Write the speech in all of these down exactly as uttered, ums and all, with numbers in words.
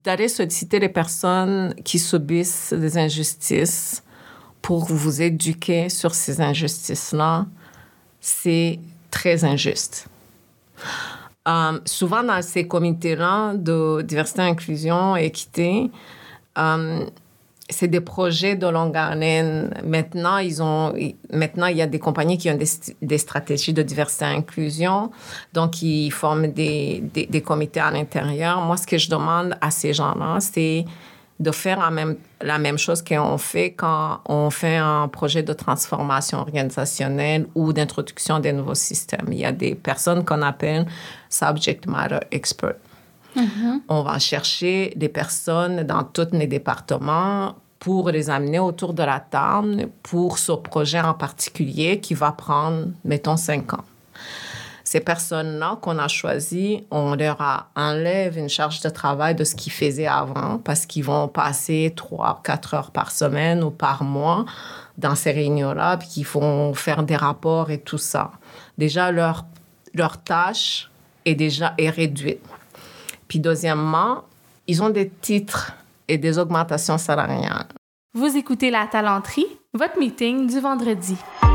D'aller solliciter les personnes qui subissent des injustices pour vous éduquer sur ces injustices-là, c'est très injuste. Euh, souvent, dans ces comités-là de diversité, inclusion et équité, euh, c'est des projets de longue haleine. Maintenant, ils ont, maintenant, il y a des compagnies qui ont des, des stratégies de diversité et inclusion. Donc, ils forment des, des, des comités à l'intérieur. Moi, ce que je demande à ces gens-là, c'est de faire la même, la même chose qu'on fait quand on fait un projet de transformation organisationnelle ou d'introduction des nouveaux systèmes. Il y a des personnes qu'on appelle subject matter experts. Mm-hmm. On va chercher des personnes dans tous les départements pour les amener autour de la table pour ce projet en particulier qui va prendre, mettons, cinq ans. Ces personnes-là qu'on a choisies, on leur a enlève une charge de travail de ce qu'ils faisaient avant parce qu'ils vont passer trois, quatre heures par semaine ou par mois dans ces réunions-là puis qu'ils vont faire des rapports et tout ça. Déjà, leur, leur tâche est déjà est réduite. Puis deuxièmement, ils ont des titres et des augmentations salariales. Vous écoutez La Talenterie, votre meeting du vendredi.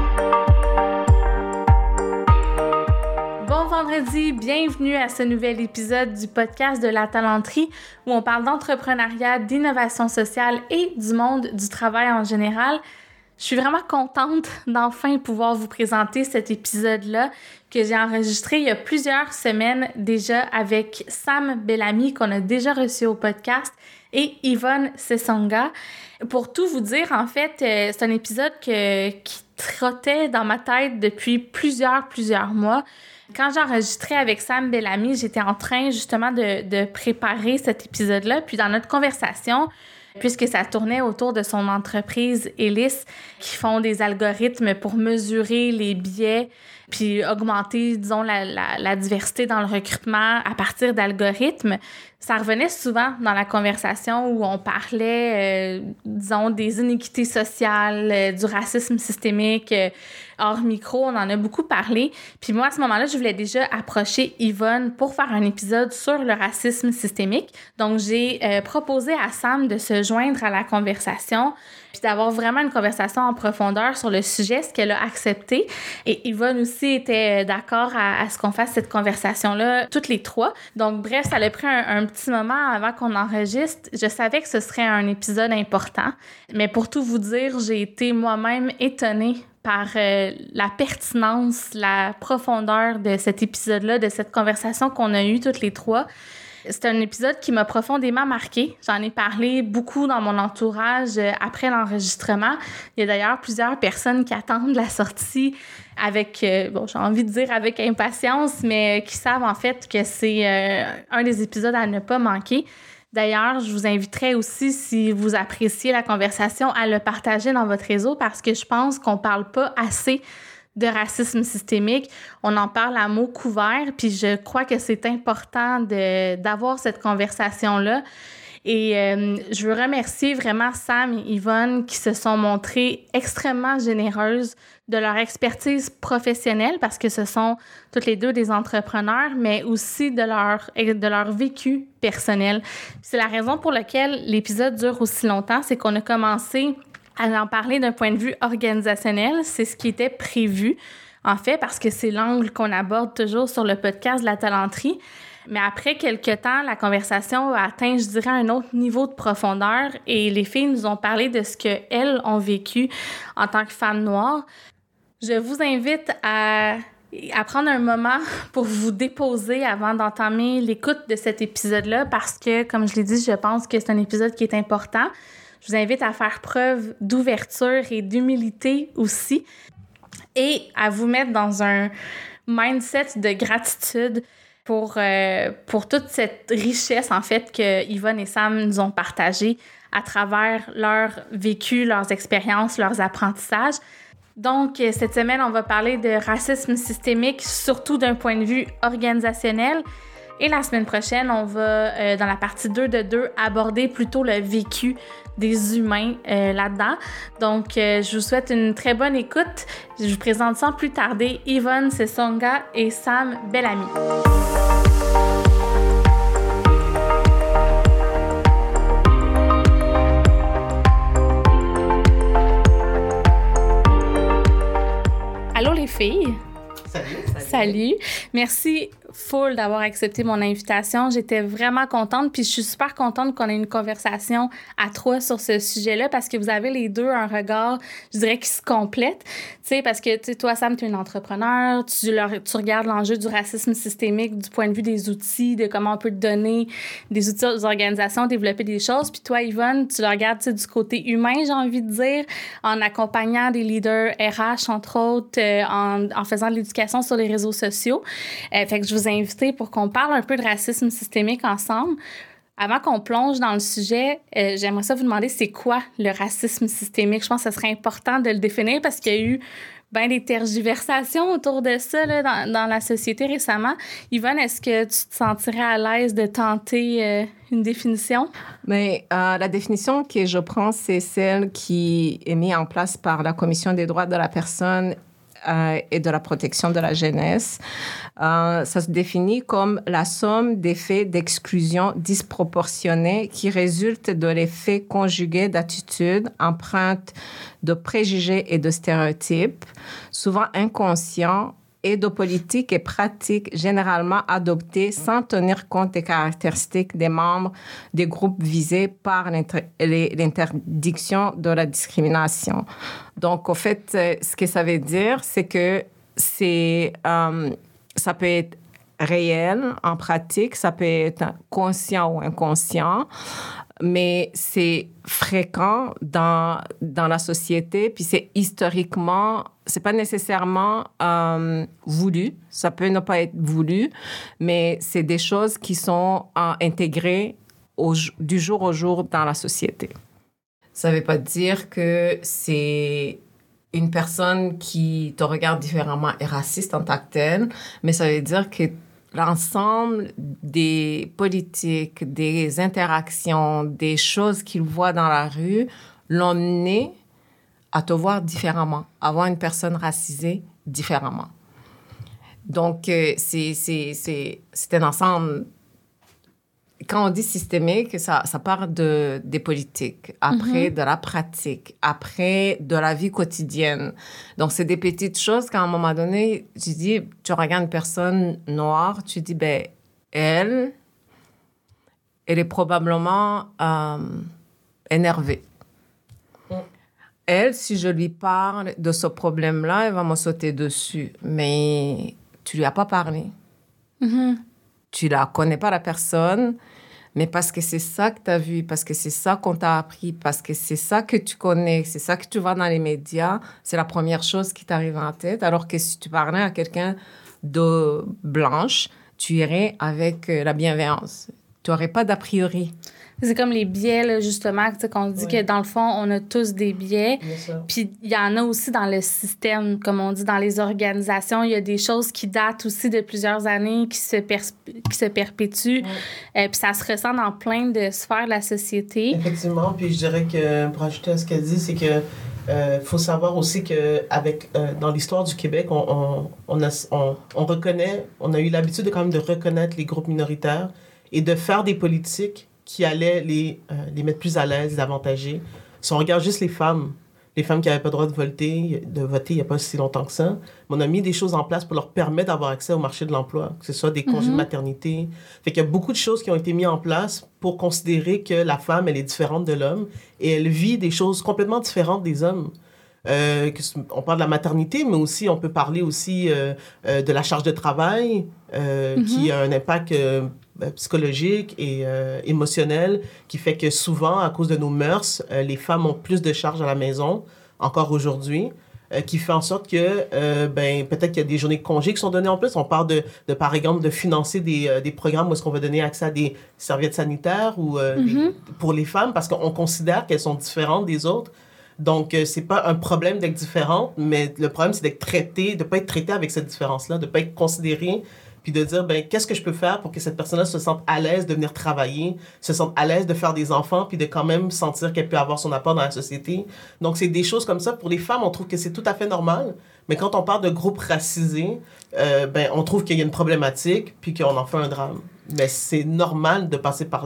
Bon vendredi, bienvenue à ce nouvel épisode du podcast de La Talenterie où on parle d'entrepreneuriat, d'innovation sociale et du monde du travail en général. Je suis vraiment contente d'enfin pouvoir vous présenter cet épisode-là que j'ai enregistré il y a plusieurs semaines déjà avec Sam Bellamy qu'on a déjà reçu au podcast et Yvonne Sesonga. Pour tout vous dire, en fait, c'est un épisode que, qui trottait dans ma tête depuis plusieurs, plusieurs mois. Quand j'ai enregistré avec Sam Bellamy, j'étais en train justement de, de préparer cet épisode-là. Puis dans notre conversation, puisque ça tournait autour de son entreprise Elis, qui font des algorithmes pour mesurer les biais puis augmenter, disons, la, la, la diversité dans le recrutement à partir d'algorithmes, ça revenait souvent dans la conversation où on parlait, euh, disons, des inéquités sociales, euh, du racisme systémique. Euh, hors micro, on en a beaucoup parlé. Puis moi, à ce moment-là, je voulais déjà approcher Yvonne pour faire un épisode sur le racisme systémique. Donc, j'ai euh, proposé à Sam de se joindre à la conversation puis d'avoir vraiment une conversation en profondeur sur le sujet, ce qu'elle a accepté. Et Yvonne aussi était d'accord à, à ce qu'on fasse cette conversation-là, toutes les trois. Donc, bref, ça a pris un, un petit moment avant qu'on enregistre. Je savais que ce serait un épisode important. Mais pour tout vous dire, j'ai été moi-même étonnée par euh, la pertinence, la profondeur de cet épisode-là, de cette conversation qu'on a eue toutes les trois. C'est un épisode qui m'a profondément marquée. J'en ai parlé beaucoup dans mon entourage euh, après l'enregistrement. Il y a d'ailleurs plusieurs personnes qui attendent la sortie avec, euh, bon, j'ai envie de dire avec impatience, mais qui savent en fait que c'est euh, un des épisodes à ne pas manquer. D'ailleurs, je vous inviterai aussi, si vous appréciez la conversation, à le partager dans votre réseau parce que je pense qu'on parle pas assez de racisme systémique. On en parle à mots couverts, puis je crois que c'est important de, d'avoir cette conversation-là. Et euh, je veux remercier vraiment Sam et Yvonne qui se sont montrées extrêmement généreuses de leur expertise professionnelle parce que ce sont toutes les deux des entrepreneurs, mais aussi de leur, de leur vécu personnel. C'est la raison pour laquelle l'épisode dure aussi longtemps, c'est qu'on a commencé à en parler d'un point de vue organisationnel. C'est ce qui était prévu, en fait, parce que c'est l'angle qu'on aborde toujours sur le podcast de La Talenterie. Mais après quelques temps, la conversation a atteint, je dirais, un autre niveau de profondeur et les filles nous ont parlé de ce qu'elles ont vécu en tant que femmes noires. Je vous invite à, à prendre un moment pour vous déposer avant d'entamer l'écoute de cet épisode-là parce que, comme je l'ai dit, je pense que c'est un épisode qui est important. Je vous invite à faire preuve d'ouverture et d'humilité aussi et à vous mettre dans un mindset de gratitude pour, euh, pour toute cette richesse, en fait, que Yvonne et Sam nous ont partagée à travers leur vécu, leurs expériences, leurs apprentissages. Donc, cette semaine, on va parler de racisme systémique, surtout d'un point de vue organisationnel. Et la semaine prochaine, on va, euh, dans la partie deux de deux, aborder plutôt le vécu des humains euh, là-dedans. Donc, euh, je vous souhaite une très bonne écoute. Je vous présente sans plus tarder Yvonne Sesonga et Sam Bellamy. filles. Salut. Salut. Salut. Merci full d'avoir accepté mon invitation. J'étais vraiment contente, puis je suis super contente qu'on ait une conversation à trois sur ce sujet-là parce que vous avez les deux un regard, je dirais, qui se complète. Tu sais, parce que tu sais, toi, Sam, tu es une entrepreneur, tu, leur, tu regardes l'enjeu du racisme systémique du point de vue des outils, de comment on peut te donner des outils aux organisations, développer des choses. Puis toi, Yvonne, tu le regardes du côté humain, j'ai envie de dire, en accompagnant des leaders R H, entre autres, euh, en, en faisant de l'éducation sur les réseaux sociaux. Euh, fait que je vous invité pour qu'on parle un peu de racisme systémique ensemble. Avant qu'on plonge dans le sujet, euh, j'aimerais ça vous demander c'est quoi le racisme systémique? Je pense que ce serait important de le définir parce qu'il y a eu bien des tergiversations autour de ça là, dans, dans la société récemment. Yvonne, est-ce que tu te sentirais à l'aise de tenter euh, une définition? Mais euh, la définition que je prends, c'est celle qui est mise en place par la Commission des droits de la personne Euh, et de la protection de la jeunesse. Euh, ça se définit comme la somme des faits d'exclusion disproportionnés qui résultent de l'effet conjugué d'attitudes empreintes de préjugés et de stéréotypes, souvent inconscients, et de politiques et pratiques généralement adoptées sans tenir compte des caractéristiques des membres des groupes visés par l'inter- l'interdiction de la discrimination. Donc, au fait, ce que ça veut dire, c'est que c'est, euh, ça peut être réel en pratique, ça peut être conscient ou inconscient, mais c'est fréquent dans, dans la société, puis c'est historiquement, c'est pas nécessairement euh, voulu, ça peut ne pas être voulu, mais c'est des choses qui sont euh, intégrées au, du jour au jour dans la société. Ça veut pas dire que c'est une personne qui te regarde différemment est raciste en tant que telle, mais ça veut dire que l'ensemble des politiques, des interactions, des choses qu'il voit dans la rue l'ont mené à te voir différemment, à voir une personne racisée différemment. Donc, euh, c'est, c'est, c'est, c'est un ensemble. Quand on dit systémique, ça, ça part de, des politiques, après mm-hmm. de la pratique, après de la vie quotidienne. Donc, c'est des petites choses qu'à un moment donné, tu dis, tu regardes une personne noire, tu dis, ben, elle, elle est probablement euh, énervée. Mm. Elle, si je lui parle de ce problème-là, elle va me sauter dessus. Mais tu lui as pas parlé. Mm-hmm. Tu la connais pas, la personne, mais parce que c'est ça que tu as vu, parce que c'est ça qu'on t'a appris, parce que c'est ça que tu connais, c'est ça que tu vois dans les médias, c'est la première chose qui t'arrive en tête. Alors que si tu parlais à quelqu'un de blanche, tu irais avec la bienveillance. Tu n'aurais pas d'a priori. C'est comme les biais, là, justement, tu sais, qu'on dit oui. que dans le fond, on a tous des biais. Puis il y en a aussi dans le système, comme on dit, dans les organisations. Il y a des choses qui datent aussi de plusieurs années, qui se, pers- qui se perpétuent. Oui. Euh, puis ça se ressent dans plein de sphères de la société. Effectivement. Puis je dirais que, pour ajouter à ce qu'elle dit, c'est que euh, faut savoir aussi que avec euh, dans l'histoire du Québec, on, on, on, a, on, on reconnaît, on a eu l'habitude de quand même de reconnaître les groupes minoritaires et de faire des politiques qui allaient les, euh, les mettre plus à l'aise, les avantager. Si on regarde juste les femmes, les femmes qui n'avaient pas le droit de voter, de voter il n'y a pas si longtemps que ça, on a mis des choses en place pour leur permettre d'avoir accès au marché de l'emploi, que ce soit des congés mm-hmm. de maternité. Fait qu'il y a beaucoup de choses qui ont été mises en place pour considérer que la femme, elle est différente de l'homme et elle vit des choses complètement différentes des hommes. Euh, on parle de la maternité, mais aussi on peut parler aussi euh, euh, de la charge de travail euh, mm-hmm. qui a un impact euh, psychologique et euh, émotionnel qui fait que souvent, à cause de nos mœurs, euh, les femmes ont plus de charges à la maison, encore aujourd'hui, euh, qui fait en sorte que euh, ben, peut-être qu'il y a des journées de congé qui sont données en plus. On parle de, de par exemple, de financer des, euh, des programmes où est-ce qu'on va donner accès à des serviettes sanitaires ou, euh, mm-hmm. des, pour les femmes parce qu'on considère qu'elles sont différentes des autres. Donc, euh, c'est pas un problème d'être différente, mais le problème, c'est d'être traité, de pas être traité avec cette différence-là, de pas être considéré, puis de dire, ben qu'est-ce que je peux faire pour que cette personne-là se sente à l'aise de venir travailler, se sente à l'aise de faire des enfants, puis de quand même sentir qu'elle peut avoir son apport dans la société. Donc, c'est des choses comme ça. Pour les femmes, on trouve que c'est tout à fait normal, mais quand on parle de groupes racisés, euh, ben on trouve qu'il y a une problématique, puis qu'on en fait un drame. Mais c'est normal de passer par là.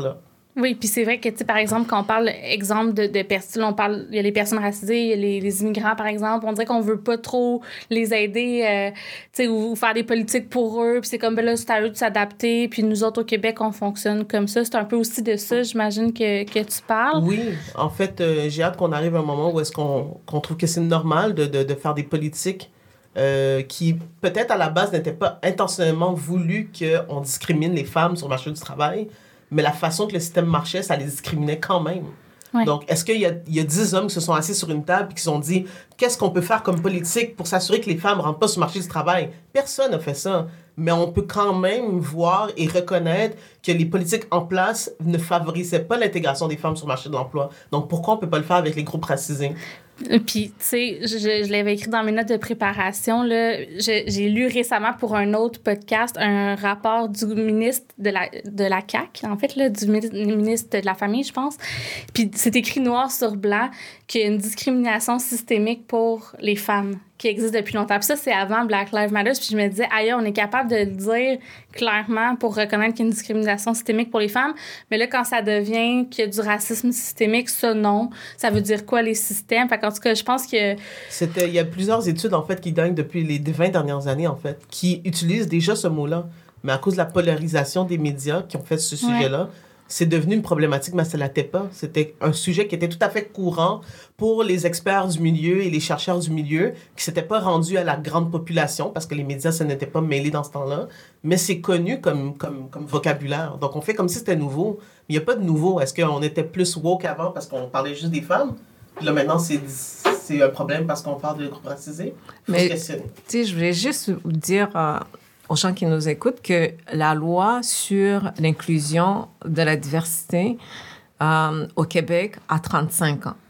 Oui, puis c'est vrai que, tu sais, par exemple, quand on parle, exemple, de, de personnes, on parle, il y a les personnes racisées, il y a les, les immigrants, par exemple, on dirait qu'on veut pas trop les aider, euh, tu sais, ou, ou faire des politiques pour eux, puis c'est comme, ben là, c'est à eux de s'adapter, puis nous autres, au Québec, on fonctionne comme ça. C'est un peu aussi de ça, j'imagine, que, que tu parles. Oui, en fait, euh, j'ai hâte qu'on arrive à un moment où est-ce qu'on, qu'on trouve que c'est normal de, de, de faire des politiques euh, qui, peut-être, à la base, n'étaient pas intentionnellement voulues qu'on discrimine les femmes sur le marché du travail, mais la façon que le système marchait, ça les discriminait quand même. Ouais. Donc, est-ce qu'il y a, il y a dix hommes qui se sont assis sur une table et qui se sont dit « Qu'est-ce qu'on peut faire comme politique pour s'assurer que les femmes ne rentrent pas sur le marché du travail? » Personne n'a fait ça. Mais on peut quand même voir et reconnaître que les politiques en place ne favorisaient pas l'intégration des femmes sur le marché de l'emploi. Donc, pourquoi on ne peut pas le faire avec les groupes racisés? Puis, tu sais, je, je l'avais écrit dans mes notes de préparation, là. Je, j'ai lu récemment pour un autre podcast un rapport du ministre de la, de la C A Q, en fait, là, du ministre de la Famille, je pense. Puis, c'est écrit noir sur blanc qu'il y a une discrimination systémique pour les femmes qui existe depuis longtemps. Puis ça, c'est avant Black Lives Matter. Puis je me disais, aïe, on est capable de le dire clairement pour reconnaître qu'il y a une discrimination systémique pour les femmes. Mais là, quand ça devient qu'il y a du racisme systémique, ça, non. Ça veut dire quoi, les systèmes? Fait qu'en tout cas, je pense que... C'était, il y a plusieurs études, en fait, qui gagnent depuis les vingt dernières années, en fait, qui utilisent déjà ce mot-là. Mais à cause de la polarisation des médias qui ont fait ce sujet-là, ouais. C'est devenu une problématique, mais ça ne l'était pas. C'était un sujet qui était tout à fait courant pour les experts du milieu et les chercheurs du milieu, qui ne s'étaient pas rendus à la grande population, parce que les médias, ça n'était pas mêlé dans ce temps-là. Mais c'est connu comme, comme, comme vocabulaire. Donc, on fait comme si c'était nouveau. Mais il n'y a pas de nouveau. Est-ce qu'on était plus woke avant parce qu'on parlait juste des femmes? Puis là, maintenant, c'est, c'est un problème parce qu'on parle de groupes racisés? Mais, tu sais, je voulais juste vous dire... Euh... aux gens qui nous écoutent, que la loi sur l'inclusion de la diversité euh, au Québec a trente-cinq ans.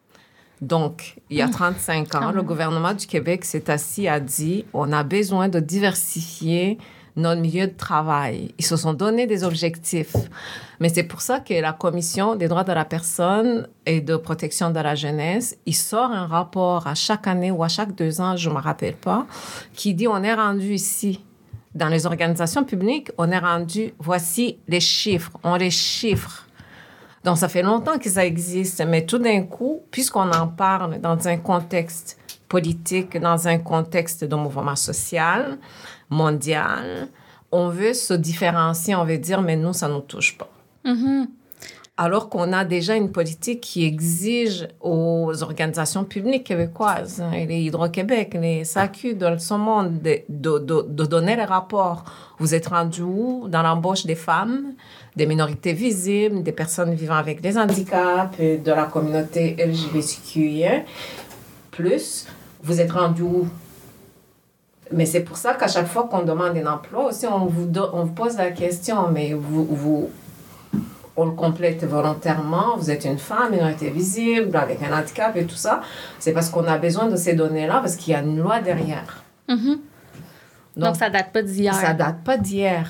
Donc, il y a trente-cinq ans, le gouvernement du Québec s'est assis et a dit on a besoin de diversifier notre milieu de travail. Ils se sont donné des objectifs. Mais c'est pour ça que la Commission des droits de la personne et de protection de la jeunesse, il sort un rapport à chaque année ou à chaque deux ans, je ne me rappelle pas, qui dit on est rendu ici. Dans les organisations publiques, on est rendu, voici les chiffres, on les chiffre. Donc, ça fait longtemps que ça existe, mais tout d'un coup, puisqu'on en parle dans un contexte politique, dans un contexte de mouvement social, mondial, on veut se différencier, on veut dire, mais nous, ça ne nous touche pas. Mm-hmm. Alors qu'on a déjà une politique qui exige aux organisations publiques québécoises, les Hydro-Québec, les S A Q, de ce monde, de, de, de, de donner les rapports. Vous êtes rendu où dans l'embauche des femmes, des minorités visibles, des personnes vivant avec des handicaps, de la communauté L G B T Q I A plus, vous êtes rendu où? Mais c'est pour ça qu'à chaque fois qu'on demande un emploi, aussi, on vous, do, on vous pose la question, mais vous... vous on le complète volontairement, vous êtes une femme, minorité visible, avec un handicap et tout ça, c'est parce qu'on a besoin de ces données-là, parce qu'il y a une loi derrière. Mm-hmm. Donc, Donc, ça date pas d'hier. Ça date pas d'hier.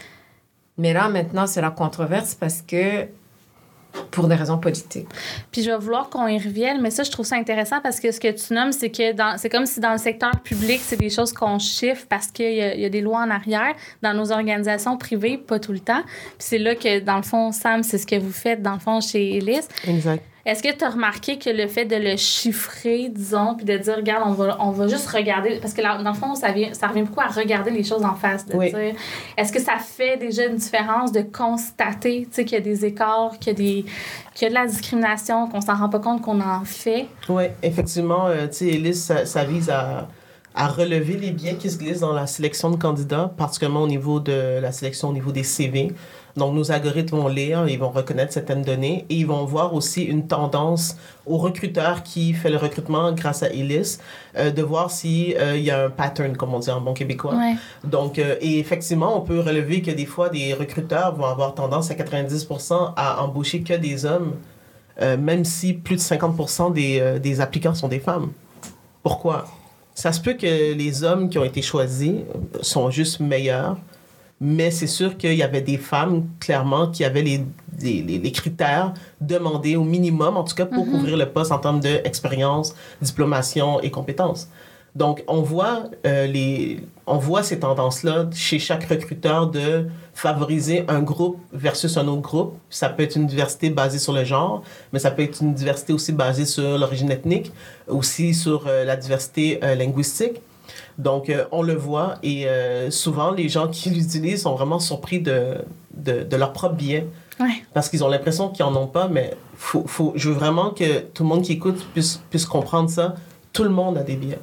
Mais là, maintenant, c'est la controverse parce que, pour des raisons politiques. Puis je vais vouloir qu'on y revienne, mais ça, je trouve ça intéressant parce que ce que tu nommes, c'est que dans, c'est comme si dans le secteur public, c'est des choses qu'on chiffre parce qu'il y a, il y a des lois en arrière. Dans nos organisations privées, pas tout le temps. Puis c'est là que, dans le fond, Sam, c'est ce que vous faites, dans le fond, chez Ellis. Exact. Est-ce que tu as remarqué que le fait de le chiffrer, disons, puis de dire, regarde, on va, on va juste regarder, parce que là, dans le fond, ça, vient, ça revient beaucoup à regarder les choses en face, de oui. dire, est-ce que ça fait déjà une différence de constater, tu sais, qu'il y a des écarts, qu'il y a, des, qu'il y a de la discrimination, qu'on s'en rend pas compte qu'on en fait? Oui, effectivement, euh, tu sais, Ellis, ça, ça vise à, à relever les biais qui se glissent dans la sélection de candidats, particulièrement au niveau de la sélection, au niveau des C V. Donc, nos algorithmes vont lire, ils vont reconnaître certaines données et ils vont voir aussi une tendance au recruteur qui fait le recrutement grâce à Ellis, euh, de voir s'il euh, y a un pattern, comme on dit en bon québécois. Ouais. Donc, euh, et effectivement, on peut relever que des fois, des recruteurs vont avoir tendance à quatre-vingt-dix pour cent à embaucher que des hommes, euh, même si plus de cinquante pour cent des, euh, des applicants sont des femmes. Pourquoi? Ça se peut que les hommes qui ont été choisis sont juste meilleurs, mais c'est sûr qu'il y avait des femmes, clairement, qui avaient les, les, les, les critères demandés au minimum, en tout cas, pour mm-hmm. couvrir le poste en termes d'expérience, diplomation et compétences. Donc, on voit, euh, les, on voit ces tendances-là chez chaque recruteur de favoriser un groupe versus un autre groupe. Ça peut être une diversité basée sur le genre, mais ça peut être une diversité aussi basée sur l'origine ethnique, aussi sur euh, la diversité euh, linguistique. Donc, euh, on le voit et euh, souvent, les gens qui l'utilisent sont vraiment surpris de, de, de leur propre biais. Ouais. Parce qu'ils ont l'impression qu'ils n'en ont pas, mais faut, faut, je veux vraiment que tout le monde qui écoute puisse, puisse comprendre ça. Tout le monde a des biais.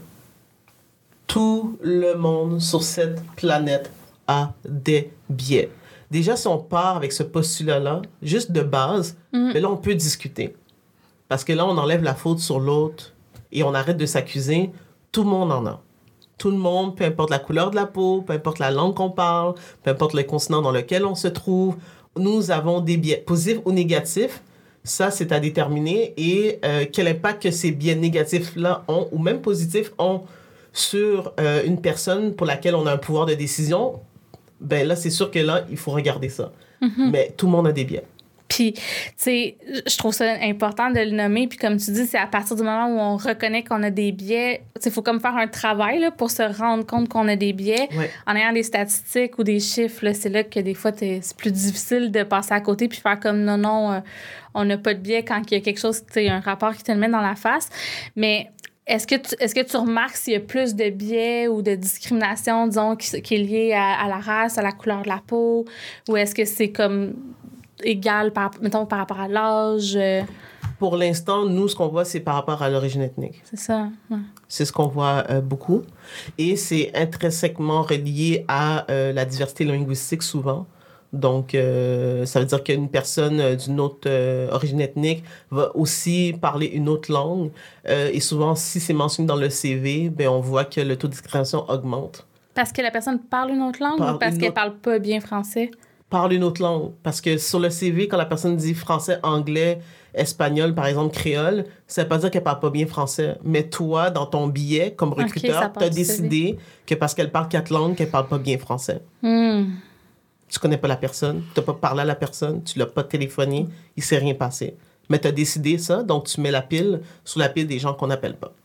Tout le monde sur cette planète a des biais. Déjà, si on part avec ce postulat-là, juste de base, mm-hmm. mais là, on peut discuter. Parce que là, on enlève la faute sur l'autre et on arrête de s'accuser. Tout le monde en a. Tout le monde, peu importe la couleur de la peau, peu importe la langue qu'on parle, peu importe le continent dans lequel on se trouve, nous avons des biais positifs ou négatifs. Ça, c'est à déterminer. Et euh, quel impact que ces biais négatifs-là ont, ou même positifs, ont sur euh, une personne pour laquelle on a un pouvoir de décision, ben là, c'est sûr que là, il faut regarder ça. Mm-hmm. Mais tout le monde a des biais. Puis, tu sais, je trouve ça important de le nommer. Puis, comme tu dis, c'est à partir du moment où on reconnaît qu'on a des biais. Tu sais, il faut comme faire un travail là, pour se rendre compte qu'on a des biais. Ouais. En ayant des statistiques ou des chiffres, là, c'est là que des fois, c'est plus difficile de passer à côté puis faire comme non, non, euh, on n'a pas de biais quand il y a quelque chose, tu sais, un rapport qui te le met dans la face. Mais est-ce que tu, est-ce que tu remarques s'il y a plus de biais ou de discrimination, disons, qui, qui est liée à, à la race, à la couleur de la peau? Ou est-ce que c'est comme égal, par, mettons, par rapport à l'âge? Pour l'instant, nous, ce qu'on voit, c'est par rapport à l'origine ethnique. C'est ça, ouais. C'est ce qu'on voit euh, beaucoup. Et c'est intrinsèquement relié à euh, la diversité linguistique, souvent. Donc, euh, ça veut dire qu'une personne d'une autre euh, origine ethnique va aussi parler une autre langue. Euh, et souvent, si c'est mentionné dans le C V, ben, on voit que le taux de discrimination augmente. Parce que la personne parle une autre langue parle ou parce qu'elle ne autre... parle pas bien français? Parle une autre langue. Parce que sur le C V, quand la personne dit français, anglais, espagnol, par exemple, créole, ça ne veut pas dire qu'elle ne parle pas bien français. Mais toi, dans ton billet, comme recruteur, okay, tu as décidé C V. Que parce qu'elle parle quatre langues, qu'elle ne parle pas bien français. Mm. Tu connais pas la personne, tu n'as pas parlé à la personne, tu l'as pas téléphoné, il s'est rien passé. Mais tu as décidé ça, donc tu mets la pile sur la pile des gens qu'on n'appelle pas.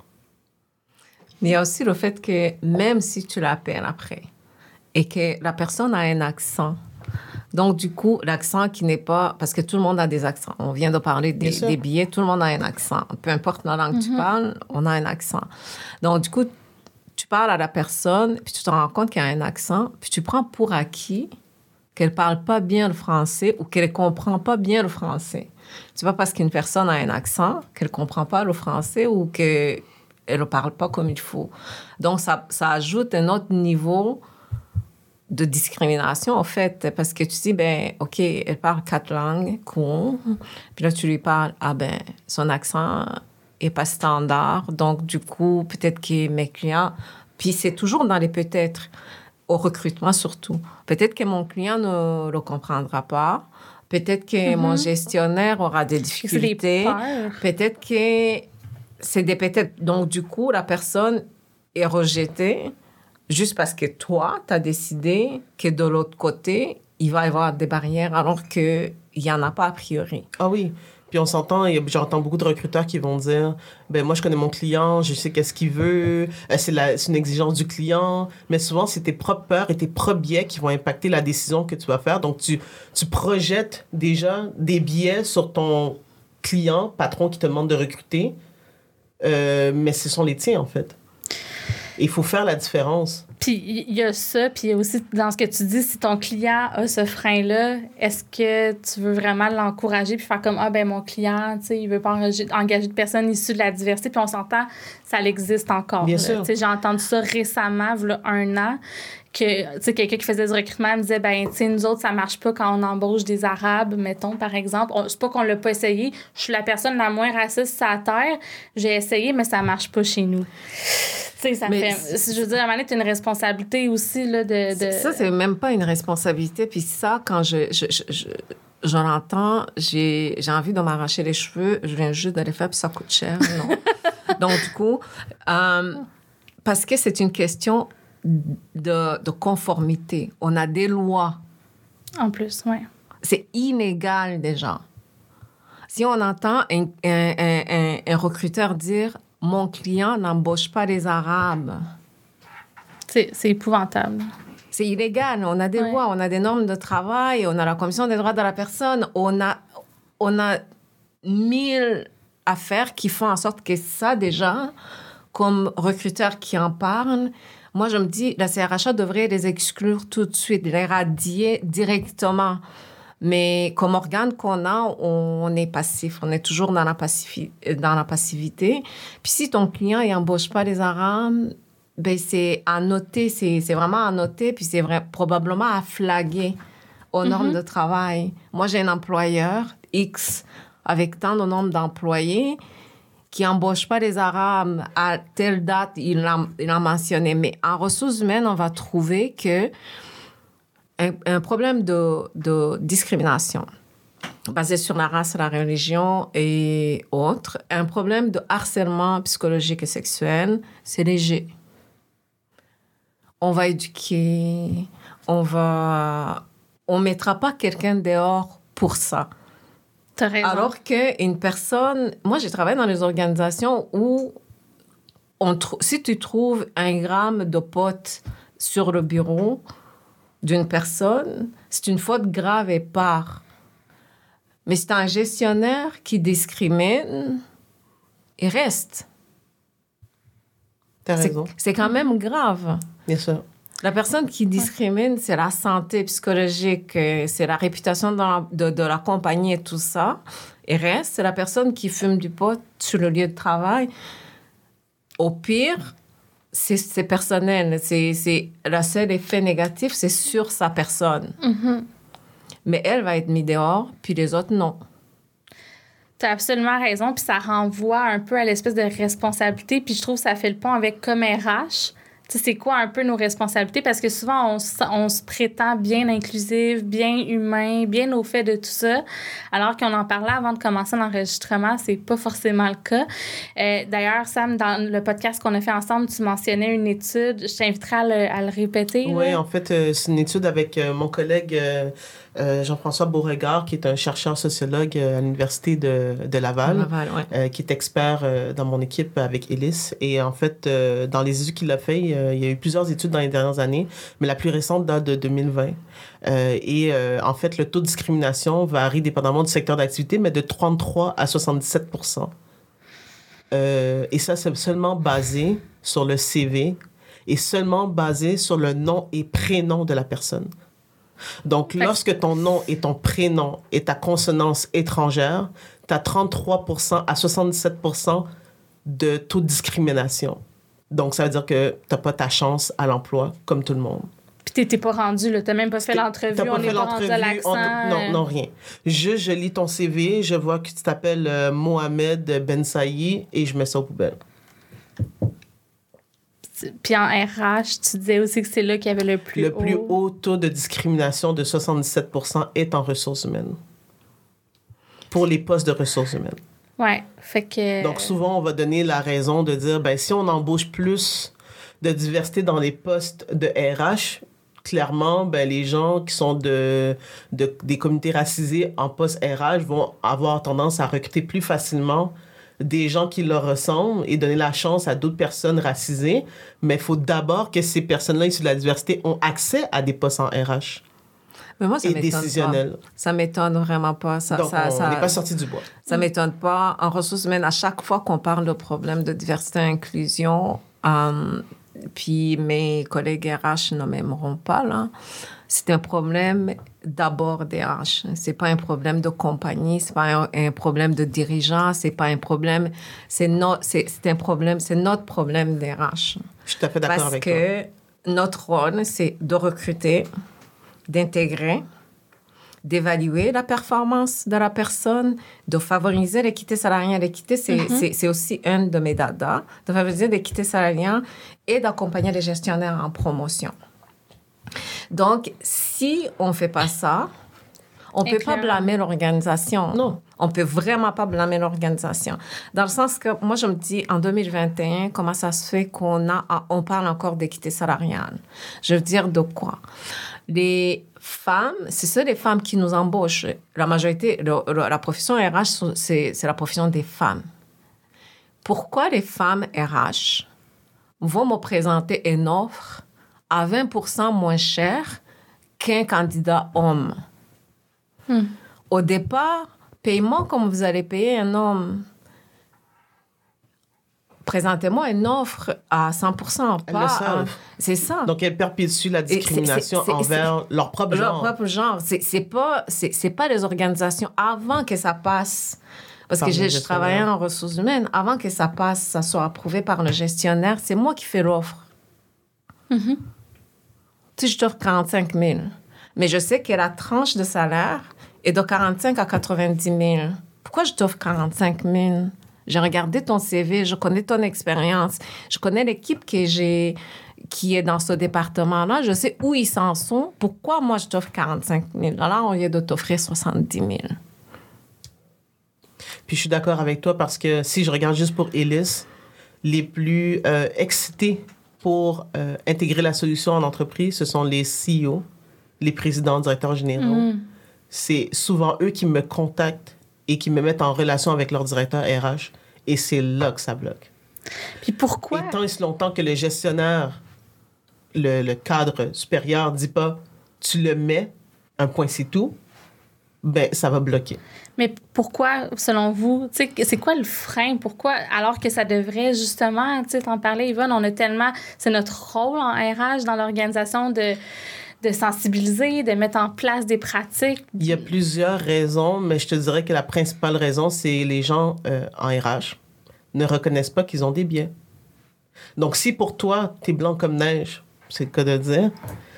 Mais il y a aussi le fait que même si tu l'appelles après et que la personne a un accent, donc du coup, l'accent qui n'est pas... Parce que tout le monde a des accents. On vient de parler des, des billets, tout le monde a un accent. Peu importe la langue que mm-hmm. tu parles, on a un accent. Donc du coup, tu parles à la personne, puis tu te rends compte qu'il y a un accent, puis tu prends pour acquis qu'elle parle pas bien le français ou qu'elle comprend pas bien le français. C'est pas parce qu'une personne a un accent qu'elle comprend pas le français ou qu'elle ne parle pas comme il faut. Donc, ça, ça ajoute un autre niveau de discrimination, en fait, parce que tu dis, ben, OK, elle parle quatre langues, cool. Puis là, tu lui parles, ah ben, son accent est pas standard. Donc, du coup, peut-être que mes clients... Puis c'est toujours dans les peut-être... au recrutement surtout. Peut-être que mon client ne le comprendra pas. Peut-être que mm-hmm. mon gestionnaire aura des difficultés. Peut-être que c'est des peut-être. Donc, du coup, la personne est rejetée juste parce que toi, tu as décidé que de l'autre côté, il va y avoir des barrières alors qu'il n'y en a pas a priori. Ah oui. Puis on s'entend, et j'entends beaucoup de recruteurs qui vont dire, ben moi je connais mon client, je sais qu'est-ce qu'il veut, c'est, la, c'est une exigence du client, mais souvent c'est tes propres peurs et tes propres biais qui vont impacter la décision que tu vas faire. Donc tu, tu projettes déjà des biais sur ton client, patron qui te demande de recruter, euh, mais ce sont les tiens en fait. Il faut faire la différence. Puis il y a ça, puis il y a aussi dans ce que tu dis, si ton client a ce frein-là, est-ce que tu veux vraiment l'encourager puis faire comme, ah ben mon client, tu sais, il veut pas engager, engager de personnes issues de la diversité, puis on s'entend, ça existe encore. Bien là. sûr. Tu sais, j'ai entendu ça récemment, il y a un an, que, tu sais, quelqu'un qui faisait du recrutement me disait, ben, tu sais, nous autres, ça marche pas quand on embauche des Arabes, mettons, par exemple. On, c'est pas qu'on l'a pas essayé. Je suis la personne la moins raciste sur la Terre. J'ai essayé, mais ça marche pas chez nous. Tu sais, ça mais fait... Je veux dire, à un moment donné, t'as une responsabilité aussi, là, de... de... Ça, c'est même pas une responsabilité. Puis ça, quand je... je, je, je... Je l'entends, j'ai, j'ai envie de m'arracher les cheveux, je viens juste de les faire, puis ça coûte cher, non? Donc, du coup, euh, parce que c'est une question de, de conformité. On a des lois. En plus, oui. C'est inégal déjà. Si on entend un, un, un, un recruteur dire mon client n'embauche pas les Arabes. C'est, c'est épouvantable. C'est illégal. On a des Ouais. lois, on a des normes de travail, on a la Commission des droits de la personne, on a, on a mille affaires qui font en sorte que ça, déjà, comme recruteur qui en parle, moi, je me dis, la C R H A devrait les exclure tout de suite, les radier directement. Mais comme organe qu'on a, on est passif. On est toujours dans la, pacifi- dans la passivité. Puis si ton client n'embauche pas les Arabes, ben c'est à noter, c'est, c'est vraiment à noter, puis c'est vrai, probablement à flaguer aux normes mm-hmm. de travail. Moi, j'ai un employeur, X, avec tant de nombre d'employés, qui n'embauche pas les Arabes à telle date, il l'a, il l'a mentionné. Mais en ressources humaines, on va trouver que un, un problème de, de discrimination basé sur la race, la religion et autres, un problème de harcèlement psychologique et sexuel, c'est léger. On va éduquer, on va... On ne mettra pas quelqu'un dehors pour ça. T'as raison. Alors qu'une personne... Moi, j'ai travaillé dans les organisations où on tr... si tu trouves un gramme de pot sur le bureau d'une personne, c'est une faute grave et part. Mais c'est un gestionnaire qui discrimine, il reste. T'as raison. C'est, c'est quand même grave. Bien sûr. La personne qui discrimine, c'est la santé psychologique, c'est la réputation de la, de, de la compagnie et tout ça. Et reste, c'est la personne qui fume du pot sur le lieu de travail. Au pire, c'est, c'est personnel. C'est, c'est, le seul effet négatif, c'est sur sa personne. Mm-hmm. Mais elle va être mise dehors, puis les autres, non. Tu as absolument raison, puis ça renvoie un peu à l'espèce de responsabilité, puis je trouve que ça fait le pont avec comme R H. Tu sais, c'est quoi un peu nos responsabilités? Parce que souvent, on, on se prétend bien inclusif, bien humain, bien au fait de tout ça, alors qu'on en parlait avant de commencer l'enregistrement, c'est pas forcément le cas. Euh, d'ailleurs, Sam, dans le podcast qu'on a fait ensemble, tu mentionnais une étude. Je t'inviterai à le, à le répéter. Oui, en fait, euh, c'est une étude avec euh, mon collègue euh, euh, Jean-François Beauregard, qui est un chercheur sociologue euh, à l'Université de, de Laval, Laval ouais. euh, qui est expert euh, dans mon équipe avec Élise. Et en fait, euh, dans les études qu'il a fait, euh, il y a eu plusieurs études dans les dernières années, mais la plus récente date de deux mille vingt. Euh, et euh, en fait, le taux de discrimination varie dépendamment du secteur d'activité, mais de trente-trois à soixante-dix-sept pour cent. Euh, et ça, c'est seulement basé sur le C V et seulement basé sur le nom et prénom de la personne. Donc, fait lorsque ton nom et ton prénom est à consonance étrangère, tu as trente-trois pour cent à soixante-dix-sept pour cent de taux de discrimination. Donc, ça veut dire que tu n'as pas ta chance à l'emploi, comme tout le monde. Puis tu n'étais pas rendu, là. Tu n'as même pas fait l'entrevue. Tu n'as pas on fait est l'entrevue. Pas rendu à on, non, non, rien. Je, je lis ton C V, je vois que tu t'appelles euh, Mohamed Ben Saïd et je mets ça aux poubelles. Puis en R H, tu disais aussi que c'est là qu'il y avait le plus le haut... Le plus haut taux de discrimination de soixante-dix-sept pour cent est en ressources humaines. Pour les postes de ressources humaines. Ouais, fait que... Donc, souvent, on va donner la raison de dire, ben si on embauche plus de diversité dans les postes de R H, clairement, ben, les gens qui sont de, de, des communautés racisées en poste R H vont avoir tendance à recruter plus facilement des gens qui leur ressemblent et donner la chance à d'autres personnes racisées. Mais il faut d'abord que ces personnes-là issues de la diversité ont accès à des postes en R H. Mais moi, ça et m'étonne décisionnel. Pas. Ça m'étonne vraiment pas. Ça, Donc, ça, on ça, n'est pas sorti du bois. Ça ne m'étonne pas. En ressources humaines, à chaque fois qu'on parle de problème de diversité et inclusion, euh, puis mes collègues R H ne m'aimeront pas, là, c'est un problème d'abord des R H. C'est pas un problème de compagnie, c'est pas un, un problème de dirigeant, c'est pas un problème... C'est, no, c'est, c'est un problème, c'est notre problème des R H. Je suis tout à fait d'accord Parce avec toi. Parce que notre rôle, c'est de recruter, d'intégrer, d'évaluer la performance de la personne, de favoriser l'équité salariale. L'équité, c'est, mm-hmm. c'est, c'est aussi un de mes dadas, de favoriser l'équité salariale et d'accompagner les gestionnaires en promotion. Donc, si on ne fait pas ça, on ne peut pas blâmer l'organisation. Non, on ne peut vraiment pas blâmer l'organisation. Dans le sens que, moi, je me dis, en deux mille vingt et un, comment ça se fait qu'on a, on parle encore d'équité salariale? Je veux dire de quoi? Les femmes, c'est ça les femmes qui nous embauchent. La majorité, le, le, la profession R H, c'est, c'est la profession des femmes. pourquoi les femmes R H vont me présenter une offre à vingt pour cent moins chère qu'un candidat homme. Hmm. Au départ, paiement comme vous allez payer un homme. Présentez-moi une offre à cent pour cent. Elles le savent. À... C'est ça. Donc, elles perpétuent la discrimination c'est, c'est, c'est, envers c'est, leur propre genre. Leur propre genre. C'est, c'est, pas, c'est, c'est pas les organisations. Avant que ça passe, parce que je, je travaillais en ressources humaines, avant que ça passe, ça soit approuvé par le gestionnaire, c'est moi qui fais l'offre. Mm-hmm. Tu sais, je t'offre quarante-cinq mille. Mais je sais que la tranche de salaire est de quarante-cinq à quatre-vingt-dix mille. Pourquoi je t'offre quarante-cinq mille? J'ai regardé ton C V, je connais ton expérience, je connais l'équipe que j'ai, qui est dans ce département-là, je sais où ils s'en sont. Pourquoi moi, je t'offre quarante-cinq mille dollars au lieu de t'offrir soixante-dix mille? Puis je suis d'accord avec toi parce que si je regarde juste pour Elis, les plus euh, excités pour euh, intégrer la solution en entreprise, ce sont les C E O, les présidents, directeurs généraux. Mm. C'est souvent eux qui me contactent et qui me mettent en relation avec leur directeur R H. Et c'est là que ça bloque. Puis pourquoi? Et tant et si longtemps que le gestionnaire, le, le cadre supérieur, dit pas « tu le mets, un point c'est tout », ben ça va bloquer. Mais pourquoi, selon vous, tu sais, c'est quoi le frein? Pourquoi, alors que ça devrait justement, tu sais, t'en parlais, Yvonne, on a tellement... C'est notre rôle en R H dans l'organisation de... de sensibiliser, de mettre en place des pratiques? Il y a plusieurs raisons, mais je te dirais que la principale raison, c'est les gens euh, en R H ne reconnaissent pas qu'ils ont des biais. Donc, si pour toi, t'es blanc comme neige, c'est le cas de dire,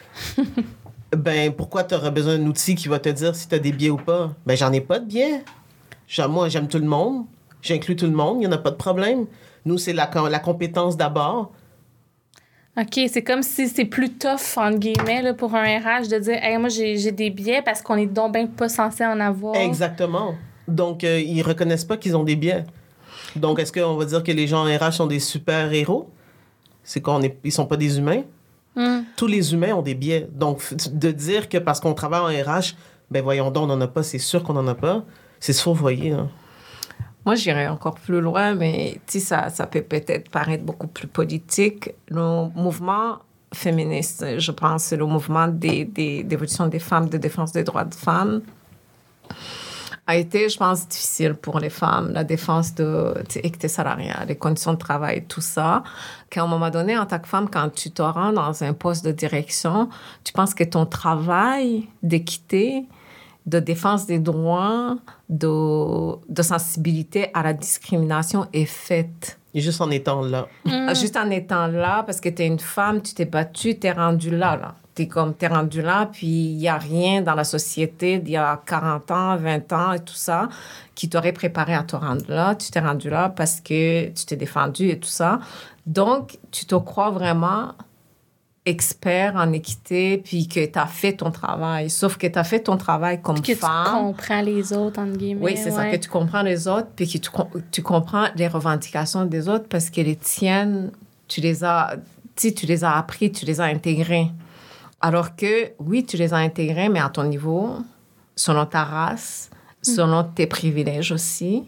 ben pourquoi tu auras besoin d'un outil qui va te dire si tu as des biais ou pas? Ben, j'en ai pas de biais. Moi, j'aime tout le monde. J'inclus tout le monde. Il n'y en a pas de problème. Nous, c'est la, la compétence d'abord. OK, c'est comme si c'est plus tough, entre guillemets, là, pour un R H de dire « Hey, moi, j'ai, j'ai des biais parce qu'on est donc bien pas censé en avoir. » Exactement. Donc, euh, ils reconnaissent pas qu'ils ont des biais. Donc, est-ce qu'on va dire que les gens en R H sont des super-héros? C'est qu'on est, ils sont pas des humains. Mm. Tous les humains ont des biais. Donc, de dire que parce qu'on travaille en R H, ben voyons donc, on n'en a pas, c'est sûr qu'on n'en a pas, c'est se fourvoyer, hein. Moi, j'irais encore plus loin, mais ça, ça peut peut-être paraître beaucoup plus politique. Le mouvement féministe, je pense, c'est le mouvement des, des, d'évolution des femmes, de défense des droits des femmes, a été, je pense, difficile pour les femmes. La défense de l'équité salariale, les conditions de travail, tout ça. Qu'à un moment donné, en tant que femme, quand tu te rends dans un poste de direction, tu penses que ton travail d'équité, de défense des droits, de, de sensibilité à la discrimination est faite. Et juste en étant là. Mmh. Juste en étant là, parce que tu es une femme, tu t'es battue, tu es rendue là, là. Tu es comme, tu es rendue là, puis il n'y a rien dans la société d'il y a quarante ans, vingt ans et tout ça qui t'aurait préparé à te rendre là. Tu t'es rendue là parce que tu t'es défendue et tout ça. Donc, tu te crois vraiment expert en équité, puis que tu as fait ton travail. Sauf que tu as fait ton travail comme puis que femme. Que tu comprends les autres, entre guillemets. Oui, c'est ouais. ça, que tu comprends les autres, puis que tu, tu comprends les revendications des autres parce que les tiennes, tu les as, tu sais, tu les as appris, tu les as intégrées. Alors que, oui, tu les as intégrées, mais à ton niveau, selon ta race, selon tes privilèges aussi,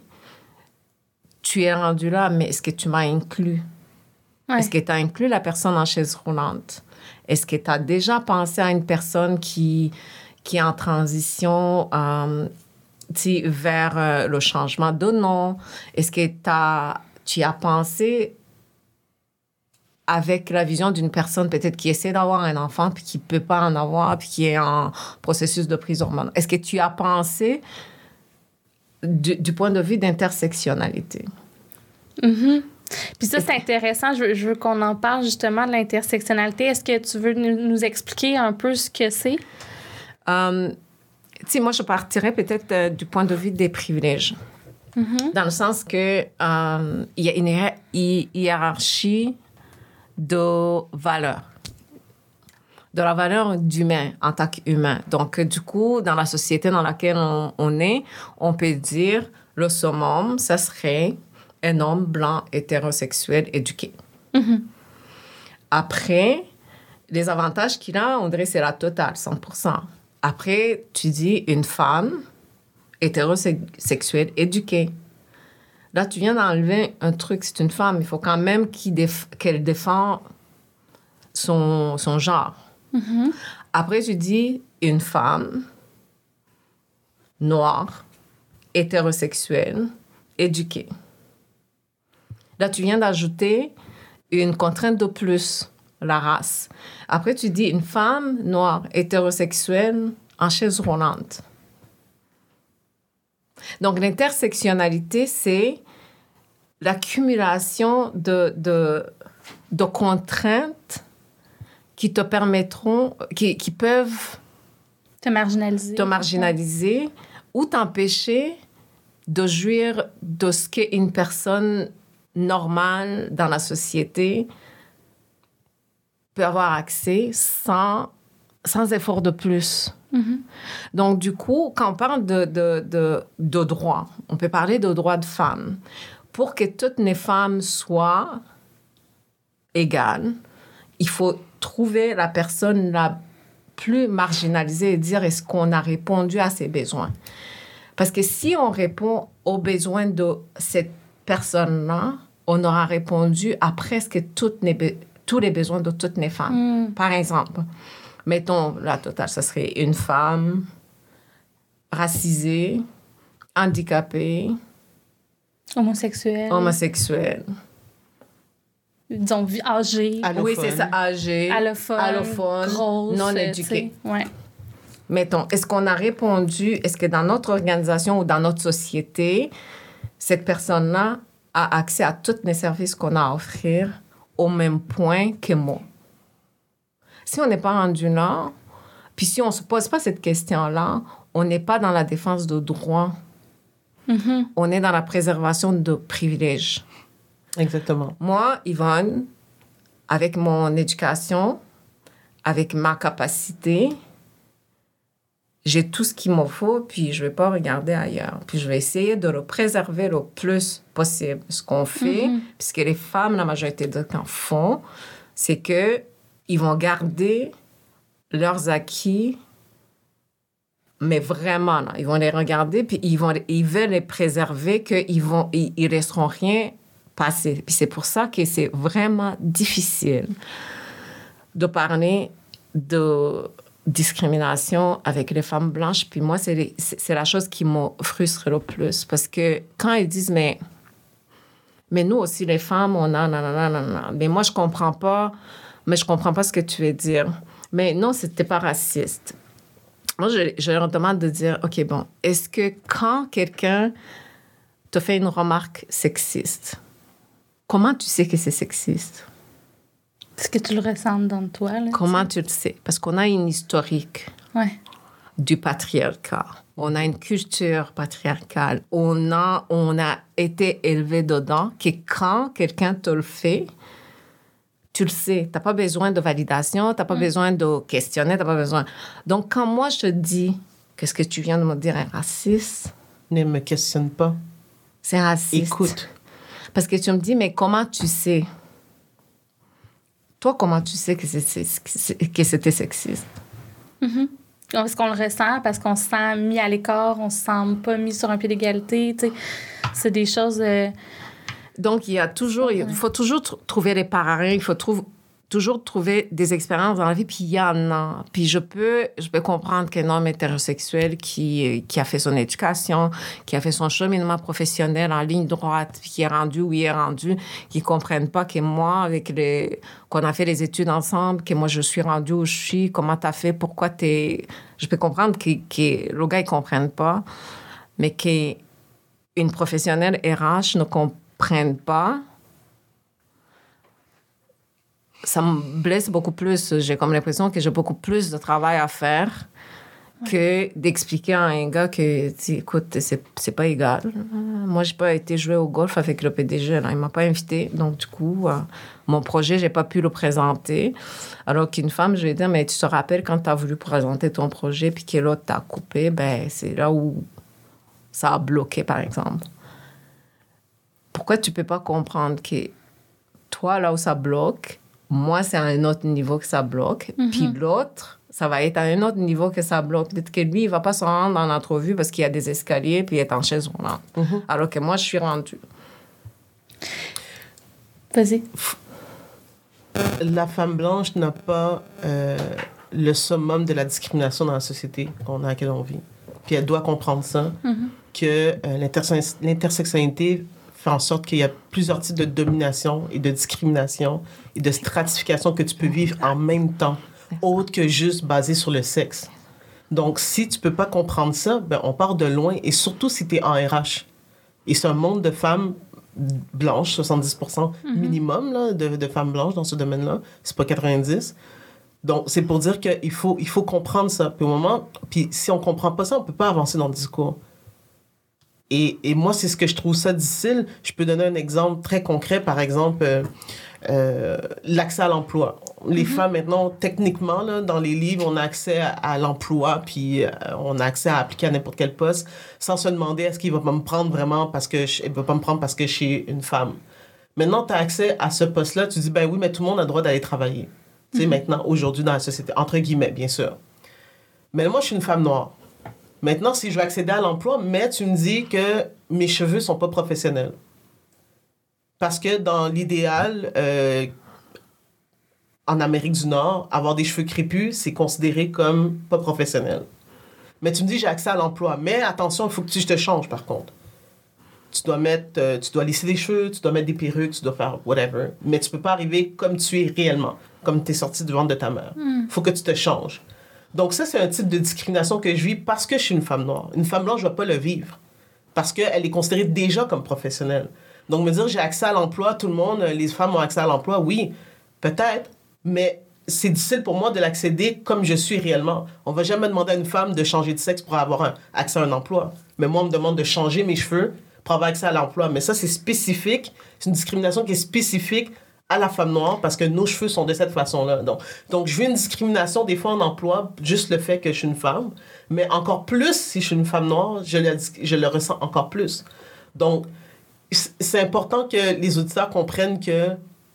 tu es rendu là, mais est-ce que tu m'as inclus? Ouais. Est-ce que tu as inclus la personne en chaise roulante? Est-ce que tu as déjà pensé à une personne qui, qui est en transition euh, vers euh, le changement de nom? Est-ce que t'as, tu as pensé avec la vision d'une personne peut-être qui essaie d'avoir un enfant puis qui ne peut pas en avoir puis qui est en processus de prise hormonale? Est-ce que tu as pensé du, du point de vue d'intersectionnalité? Mm-hmm. Puis ça, c'est intéressant. Je veux, je veux qu'on en parle justement de l'intersectionnalité. Est-ce que tu veux nous, nous expliquer un peu ce que c'est? Um, tu sais, moi, je partirais peut-être euh, du point de vue des privilèges. Mm-hmm. Dans le sens que um, il y a une hi- hiérarchie de valeurs. De la valeur d'humain en tant qu'humain. Donc, du coup, dans la société dans laquelle on, on est, on peut dire le summum, ça serait un homme blanc, hétérosexuel, éduqué. Mm-hmm. Après, les avantages qu'il a, on dirait c'est la totale, cent pour cent. Après, tu dis une femme hétérosexuelle, éduquée. Là, tu viens d'enlever un truc. C'est une femme. Il faut quand même qu'il déf- qu'elle défende son, son genre. Mm-hmm. Après, tu dis une femme noire, hétérosexuelle, éduquée. Là, tu viens d'ajouter une contrainte de plus, la race. Après, tu dis une femme noire, hétérosexuelle, en chaise roulante. Donc, l'intersectionnalité, c'est l'accumulation de, de, de contraintes qui te permettront, qui, qui peuvent te marginaliser, te marginaliser ou t'empêcher de jouir de ce qu'est une personne normale dans la société peut avoir accès sans, sans effort de plus. Mm-hmm. Donc, du coup, quand on parle de, de, de, de droits, on peut parler de droits de femmes. Pour que toutes les femmes soient égales, il faut trouver la personne la plus marginalisée et dire est-ce qu'on a répondu à ses besoins. Parce que si on répond aux besoins de cette personne-là, on aura répondu à presque toutes les be- tous les besoins de toutes les femmes. Mm. Par exemple, mettons, la totale, ça serait une femme racisée, handicapée, homosexuelle, homosexuelle. disons âgée. Allophone. Oui, c'est ça, âgée, allophone, allophone grosse, non éduquée. Ouais. Mettons, est-ce qu'on a répondu, est-ce que dans notre organisation ou dans notre société, cette personne-là a accès à tous les services qu'on a à offrir au même point que moi? Si on n'est pas rendu là, puis si on ne se pose pas cette question-là, on n'est pas dans la défense de droits. Mm-hmm. On est dans la préservation de privilèges. Exactement. Moi, Yvonne, avec mon éducation, avec ma capacité, j'ai tout ce qu'il me faut, puis je ne vais pas regarder ailleurs. Puis je vais essayer de le préserver le plus possible. Ce qu'on fait, mm-hmm. puisque les femmes, la majorité de temps font, c'est qu'ils vont garder leurs acquis, mais vraiment, là, ils vont les regarder, puis ils, vont, ils veulent les préserver, qu'ils vont, ils, ils laisseront rien passer. Puis c'est pour ça que c'est vraiment difficile de parler de discrimination avec les femmes blanches. Puis moi, c'est, les, c'est, c'est la chose qui me frustre le plus. Parce que quand ils disent, mais, mais nous aussi, les femmes, on a nanana, nanana. Mais moi, je comprends pas, mais je comprends pas ce que tu veux dire. Mais non, c'était pas raciste. Moi, je, je leur demande de dire, OK, bon, est-ce que quand quelqu'un te fait une remarque sexiste, comment tu sais que c'est sexiste? Est-ce que tu le ressens dans toi? Là, comment tu le sais? Parce qu'on a une historique ouais. du patriarcat. On a une culture patriarcale. On a, on a été élevé dedans que quand quelqu'un te le fait, tu le sais. Tu n'as pas besoin de validation, tu n'as pas mm. besoin de questionner, tu n'as pas besoin... Donc, quand moi, je te dis que ce que tu viens de me dire est raciste... Ne me questionne pas. C'est raciste. Écoute. Parce que tu me dis, mais comment tu sais? Toi, comment tu sais que, c'est, c'est, que c'était sexiste? Mm-hmm. Parce qu'on le ressent, parce qu'on se sent mis à l'écart, on se sent pas mis sur un pied d'égalité. Tu sais. C'est des choses... Euh... Donc, il y a toujours... Il faut toujours tr- trouver les parallèles, il faut trou- toujours trouver des expériences dans la vie, puis il y en a. Puis je peux, je peux comprendre qu'un homme hétérosexuel qui, qui a fait son éducation, qui a fait son cheminement professionnel en ligne droite, puis qui est rendu où il est rendu, qui ne comprennent pas que moi, avec les... qu'on a fait les études ensemble, que moi, je suis rendue où je suis, comment tu as fait, pourquoi tu es... Je peux comprendre que, que le gars, il ne comprenne pas, mais qu'une professionnelle R H ne comprenne pas, ça me blesse beaucoup plus. J'ai comme l'impression que j'ai beaucoup plus de travail à faire que d'expliquer à un gars que, écoute, c'est, c'est pas égal. Moi, j'ai pas été jouer au golf avec le P D G. Là. Il m'a pas invité. Donc, du coup, euh, mon projet, j'ai pas pu le présenter. Alors qu'une femme, je vais dire, mais tu te rappelles quand tu as voulu présenter ton projet puis que l'autre t'a coupé, ben c'est là où ça a bloqué, par exemple. Pourquoi tu peux pas comprendre que toi, là où ça bloque, moi, c'est à un autre niveau que ça bloque. Mm-hmm. Puis l'autre, ça va être à un autre niveau que ça bloque. Peut-être que lui, il ne va pas se rendre en entrevue parce qu'il y a des escaliers puis il est en chaise roulante. Mm-hmm. Alors que moi, je suis rendue. Vas-y. La femme blanche n'a pas euh, le summum de la discrimination dans la société qu'on a, à laquelle on vit. Puis elle doit comprendre ça, mm-hmm. que euh, l'interse- l'intersectionnalité fait en sorte qu'il y a plusieurs types de domination et de discrimination et de stratification que tu peux vivre en même temps, autre que juste basé sur le sexe. Donc, si tu peux pas comprendre ça, ben, on part de loin, et surtout si tu es en R H. Et c'est un monde de femmes blanches, soixante-dix pour cent mm-hmm. minimum là, de, de femmes blanches dans ce domaine-là. C'est pas quatre-vingt-dix. Donc, c'est pour dire qu'il faut, il faut comprendre ça. Puis au moment, puis si on comprend pas ça, on peut pas avancer dans le discours. Et, et moi, c'est ce que je trouve ça difficile. Je peux donner un exemple très concret, par exemple, euh, euh, l'accès à l'emploi. Les mm-hmm. femmes, maintenant, techniquement, là, dans les livres, on a accès à, à l'emploi, puis euh, on a accès à appliquer à n'importe quel poste, sans se demander est-ce qu'il va pas me prendre vraiment parce que je, il va pas me prendre parce que je suis une femme. Maintenant, tu as accès à ce poste-là, tu dis, ben oui, mais tout le monde a le droit d'aller travailler. Tu sais, mm-hmm. maintenant, aujourd'hui, dans la société, entre guillemets, bien sûr. Mais moi, je suis une femme noire. Maintenant, si je veux accéder à l'emploi, mais tu me dis que mes cheveux sont pas professionnels. Parce que dans l'idéal, euh, en Amérique du Nord, avoir des cheveux crépus, c'est considéré comme pas professionnel. Mais tu me dis, j'ai accès à l'emploi. Mais attention, il faut que tu te changes, par contre. Tu dois mettre, euh, tu dois lisser les cheveux, tu dois mettre des perruques, tu dois faire whatever. Mais tu peux pas arriver comme tu es réellement, comme tu es sorti du ventre de ta mère. Il mm. faut que tu te changes. Donc ça, c'est un type de discrimination que je vis parce que je suis une femme noire. Une femme blanche, je ne vais pas le vivre parce qu'elle est considérée déjà comme professionnelle. Donc me dire j'ai accès à l'emploi, tout le monde, les femmes ont accès à l'emploi, oui, peut-être, mais c'est difficile pour moi de l'accéder comme je suis réellement. On ne va jamais demander à une femme de changer de sexe pour avoir un, accès à un emploi. Mais moi, on me demande de changer mes cheveux pour avoir accès à l'emploi. Mais ça, c'est spécifique. C'est une discrimination qui est spécifique à la femme noire parce que nos cheveux sont de cette façon-là. Donc, donc je vis une discrimination des fois en emploi, juste le fait que je suis une femme, mais encore plus si je suis une femme noire, je le, je le ressens encore plus. Donc, c'est important que les auditeurs comprennent que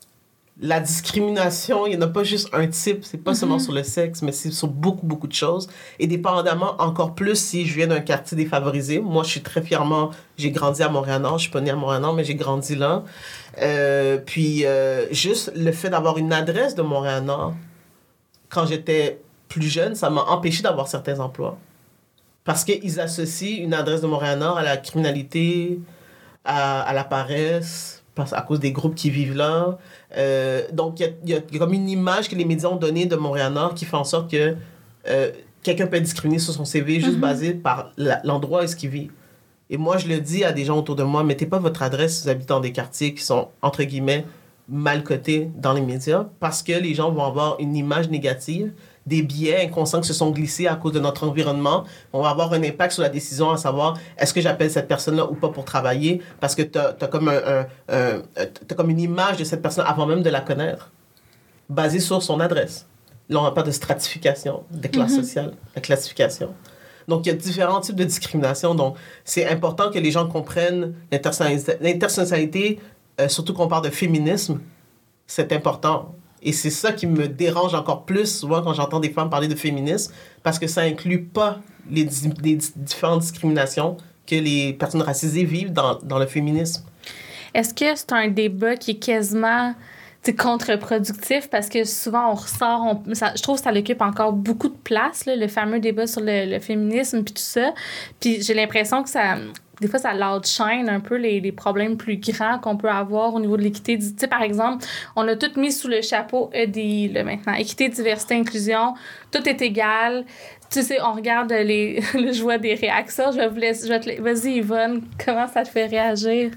la discrimination, il n'y en a pas juste un type, c'est pas mm-hmm. seulement sur le sexe, mais c'est sur beaucoup, beaucoup de choses. Et dépendamment, encore plus si je viens d'un quartier défavorisé. Moi, je suis très fièrement, j'ai grandi à Montréal-Nord, je suis pas née à Montréal-Nord, mais j'ai grandi là. Euh, puis, euh, juste le fait d'avoir une adresse de Montréal-Nord, quand j'étais plus jeune, ça m'a empêché d'avoir certains emplois. Parce qu'ils associent une adresse de Montréal-Nord à la criminalité, à, à la paresse, à cause des groupes qui vivent là. Euh, donc, il y, y, y a comme une image que les médias ont donnée de Montréal-Nord qui fait en sorte que euh, quelqu'un peut être discriminé sur son C V juste mm-hmm. basé par la, l'endroit où est-ce qu'il vit. Et moi, je le dis à des gens autour de moi, mettez pas votre adresse si vous habitez dans des quartiers qui sont, entre guillemets, mal cotés dans les médias parce que les gens vont avoir une image négative, des biais inconscients qui se sont glissés à cause de notre environnement. On va avoir un impact sur la décision à savoir est-ce que j'appelle cette personne-là ou pas pour travailler parce que tu as comme, un, un, un, t'as comme une image de cette personne avant même de la connaître, basée sur son adresse. Là, on parle de stratification, de classe mm-hmm. sociale, de classification. Donc, il y a différents types de discrimination. Donc, c'est important que les gens comprennent l'intersectionnalité, l'intersectionnalité euh, surtout qu'on parle de féminisme, c'est important. Et c'est ça qui me dérange encore plus souvent quand j'entends des femmes parler de féminisme, parce que ça inclut pas les, les différentes discriminations que les personnes racisées vivent dans, dans le féminisme. Est-ce que c'est un débat qui est quasiment contre-productif? Parce que souvent, on ressort... On, ça, je trouve que ça occupe encore beaucoup de place, là, le fameux débat sur le, le féminisme puis tout ça. Puis j'ai l'impression que ça... Des fois, ça l'outshine un peu les, les problèmes plus grands qu'on peut avoir au niveau de l'équité. Tu sais, par exemple, on a tout mis sous le chapeau E D I, là, maintenant. Équité, diversité, inclusion, tout est égal. Tu sais, on regarde les... je vois des réactions. Je vais vous laisser... Je vais te... Vas-y, Yvonne, comment ça te fait réagir?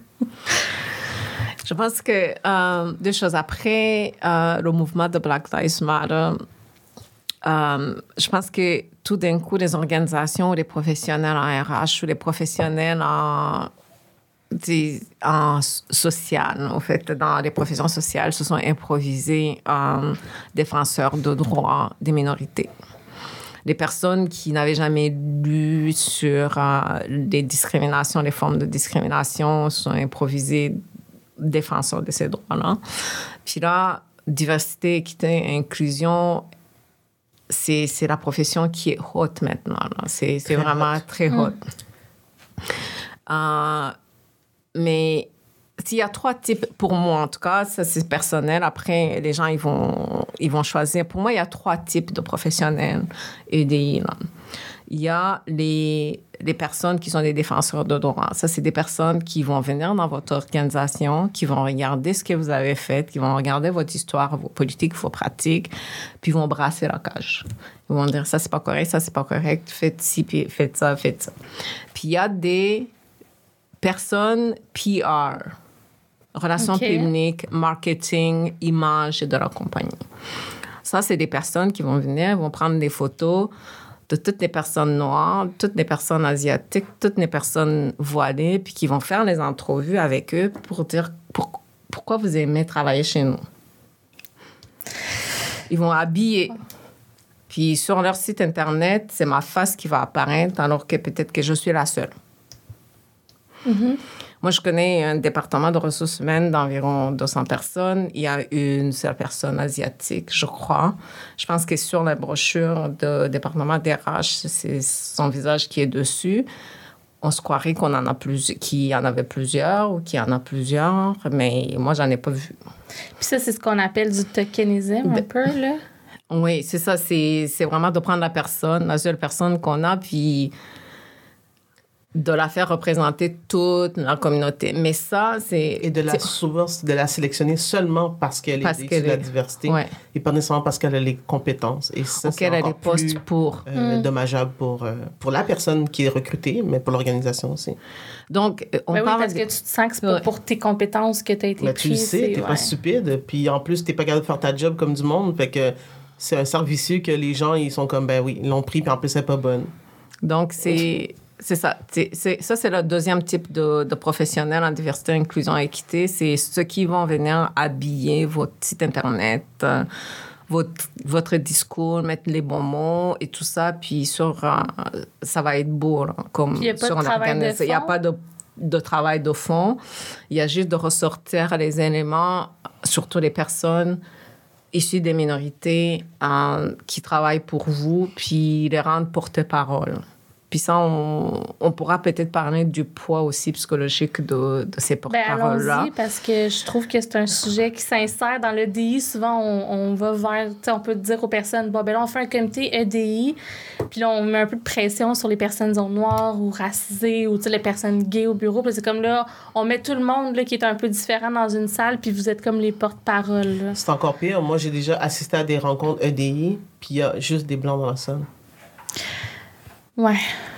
Je pense que euh, deux choses. Après euh, le mouvement de Black Lives Matter, euh, je pense que tout d'un coup, les organisations, les professionnels en R H ou les professionnels en, en social, en fait, dans les professions sociales, se sont improvisés en défenseurs de droits des minorités. Les personnes qui n'avaient jamais lu sur euh, les discriminations, les formes de discrimination, se sont improvisées défenseurs de ces droits-là. Puis là, diversité, équité, inclusion, c'est, c'est la profession qui est haute maintenant. Là. C'est, c'est vraiment très haute. Mm. Euh, mais s'il y a trois types, pour moi en tout cas, ça c'est personnel. Après, les gens, ils vont, ils vont choisir. Pour moi, il y a trois types de professionnels E D I. Là. Il y a les, les personnes qui sont des défenseurs de droits. Ça, c'est des personnes qui vont venir dans votre organisation, qui vont regarder ce que vous avez fait, qui vont regarder votre histoire, vos politiques, vos pratiques, puis ils vont brasser la cage. Ils vont dire, ça, c'est pas correct, ça, c'est pas correct, faites ci, puis faites ça, faites ça. Puis il y a des personnes P R, relations Okay. publiques, marketing, image de la compagnie. Ça, c'est des personnes qui vont venir, vont prendre des photos de toutes les personnes noires, toutes les personnes asiatiques, toutes les personnes voilées, puis qui vont faire les entrevues avec eux pour dire pour, pourquoi vous aimez travailler chez nous. Ils vont habiller. Puis sur leur site Internet, c'est ma face qui va apparaître, alors que peut-être que je suis la seule. Mm-hmm. Moi, je connais un département de ressources humaines d'environ deux cents personnes. Il y a une seule personne asiatique, je crois. Je pense que sur la brochure du département D R H, c'est son visage qui est dessus. On se croirait qu'on en a plus, qu'il y en avait plusieurs ou qu'il y en a plusieurs, mais moi, j'en ai pas vu. Puis ça, c'est ce qu'on appelle du tokenisme, un De- peu, là. Oui, c'est ça. C'est, c'est vraiment de prendre la personne, la seule personne qu'on a, puis de la faire représenter toute la communauté. Mais ça, c'est... Et de la, c'est- souvent, de la sélectionner seulement parce qu'elle Parce est issue qu'elle de la est- diversité ouais. et pas nécessairement parce qu'elle a les compétences. Et ça, Ou c'est qu'elle a encore des postes plus pour. euh, Mm. dommageable pour, euh, pour la personne qui est recrutée, mais pour l'organisation aussi. Donc, euh, on Ben oui, parle... parce de- que tu te sens que c'est pas Ouais. pour tes compétences que tu as été Mais pris. tu le sais, c'est- t'es ouais. pas stupide. Puis en plus, t'es pas capable de faire ta job comme du monde. Fait que c'est un cercle vicieux que les gens, ils sont comme, ben oui, ils l'ont pris, puis en plus, elle est pas bonne. Donc, c'est... C'est ça. C'est, c'est- ça, c'est le deuxième type de, de professionnels en diversité, inclusion et équité. C'est ceux qui vont venir habiller votre site Internet, euh, votre, votre discours, mettre les bons mots et tout ça. Puis sur, euh, ça va être beau, là, comme Puis il y a pas sur de travail de l'organisation. Il n'y a fond? pas de, de travail de fond. Il y a juste de ressortir les éléments, surtout les personnes issues des minorités euh, qui travaillent pour vous, puis les rendre porte-parole. Puis ça, on, on pourra peut-être parler du poids aussi psychologique de, de ces Ben, porte-paroles-là. allons-y, parce que je trouve que c'est un sujet qui s'insère dans l'E D I. Souvent, on, on va vers, tu sais, on peut dire aux personnes, bon, ben là, on fait un comité E D I, puis là, on met un peu de pression sur les personnes, disons, noires ou racisées, ou, tu sais, les personnes gays au bureau. Puis c'est comme là, on met tout le monde là, qui est un peu différent dans une salle, puis vous êtes comme les porte-paroles. là. C'est encore pire. Moi, j'ai déjà assisté à des rencontres E D I, puis il y a juste des blancs dans la salle. Ouais.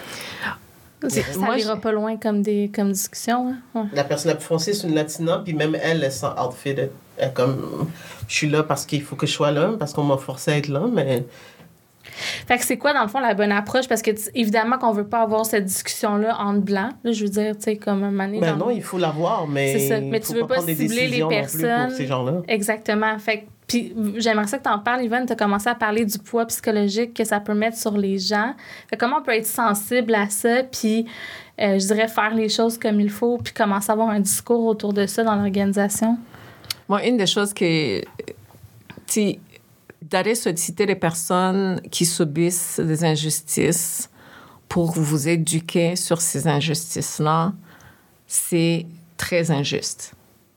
Ça C'est- moi, n'ira j'ai- pas loin comme, des, comme discussion. Hein? Ouais. La personne la plus foncée, c'est une Latina, puis même elle, elle sent outfit. Elle est comme, je suis là parce qu'il faut que je sois là, parce qu'on m'a forcé à être là, mais Fait que c'est quoi, dans le fond, la bonne approche? Parce que, tu- évidemment, qu'on veut pas avoir cette discussion-là entre blancs. Là, je veux dire, tu sais, comme un moment donné, ben dans- non, il faut l'avoir, mais C'est ça. Mais il tu faut veux pas prendre des cibler les décisions non plus personnes. pour ces gens-là. Exactement. Fait que, puis j'aimerais ça que tu en parles, Yvonne. Tu as commencé à parler du poids psychologique que ça peut mettre sur les gens. Fait que comment on peut être sensible à ça, puis euh, je dirais faire les choses comme il faut, puis commencer à avoir un discours autour de ça dans l'organisation? Moi, une des choses que... tu- d'aller solliciter les personnes qui subissent des injustices pour vous éduquer sur ces injustices-là, c'est très injuste.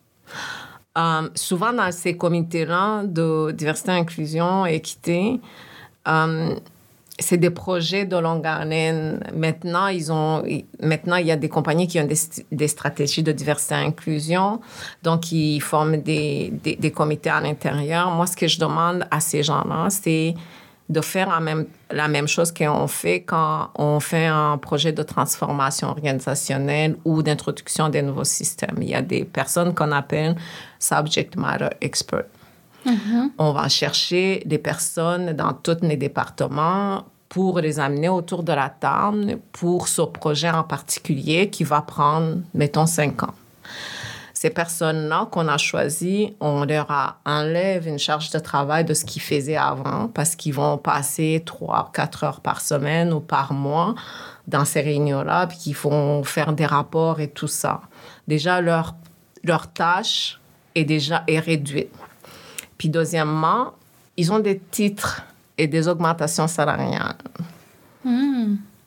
Euh, souvent, dans ces comités-là de diversité, inclusion et équité, euh, c'est des projets de longue haleine. Maintenant, ils ont, maintenant, il y a des compagnies qui ont des, des stratégies de diversité et inclusion. Donc, ils forment des, des, des comités à l'intérieur. Moi, ce que je demande à ces gens-là, c'est de faire la même, la même chose qu'on fait quand on fait un projet de transformation organisationnelle ou d'introduction des nouveaux systèmes. Il y a des personnes qu'on appelle subject matter experts. Mm-hmm. On va chercher des personnes dans tous les départements pour les amener autour de la table pour ce projet en particulier qui va prendre, mettons, cinq ans. Ces personnes-là qu'on a choisies, on leur a enlève une charge de travail de ce qu'ils faisaient avant parce qu'ils vont passer trois, quatre heures par semaine ou par mois dans ces réunions-là puis qu'ils vont faire des rapports et tout ça. Déjà, leur, leur tâche est déjà est réduite. Puis deuxièmement, ils ont des titres et des augmentations salariales. Mmh.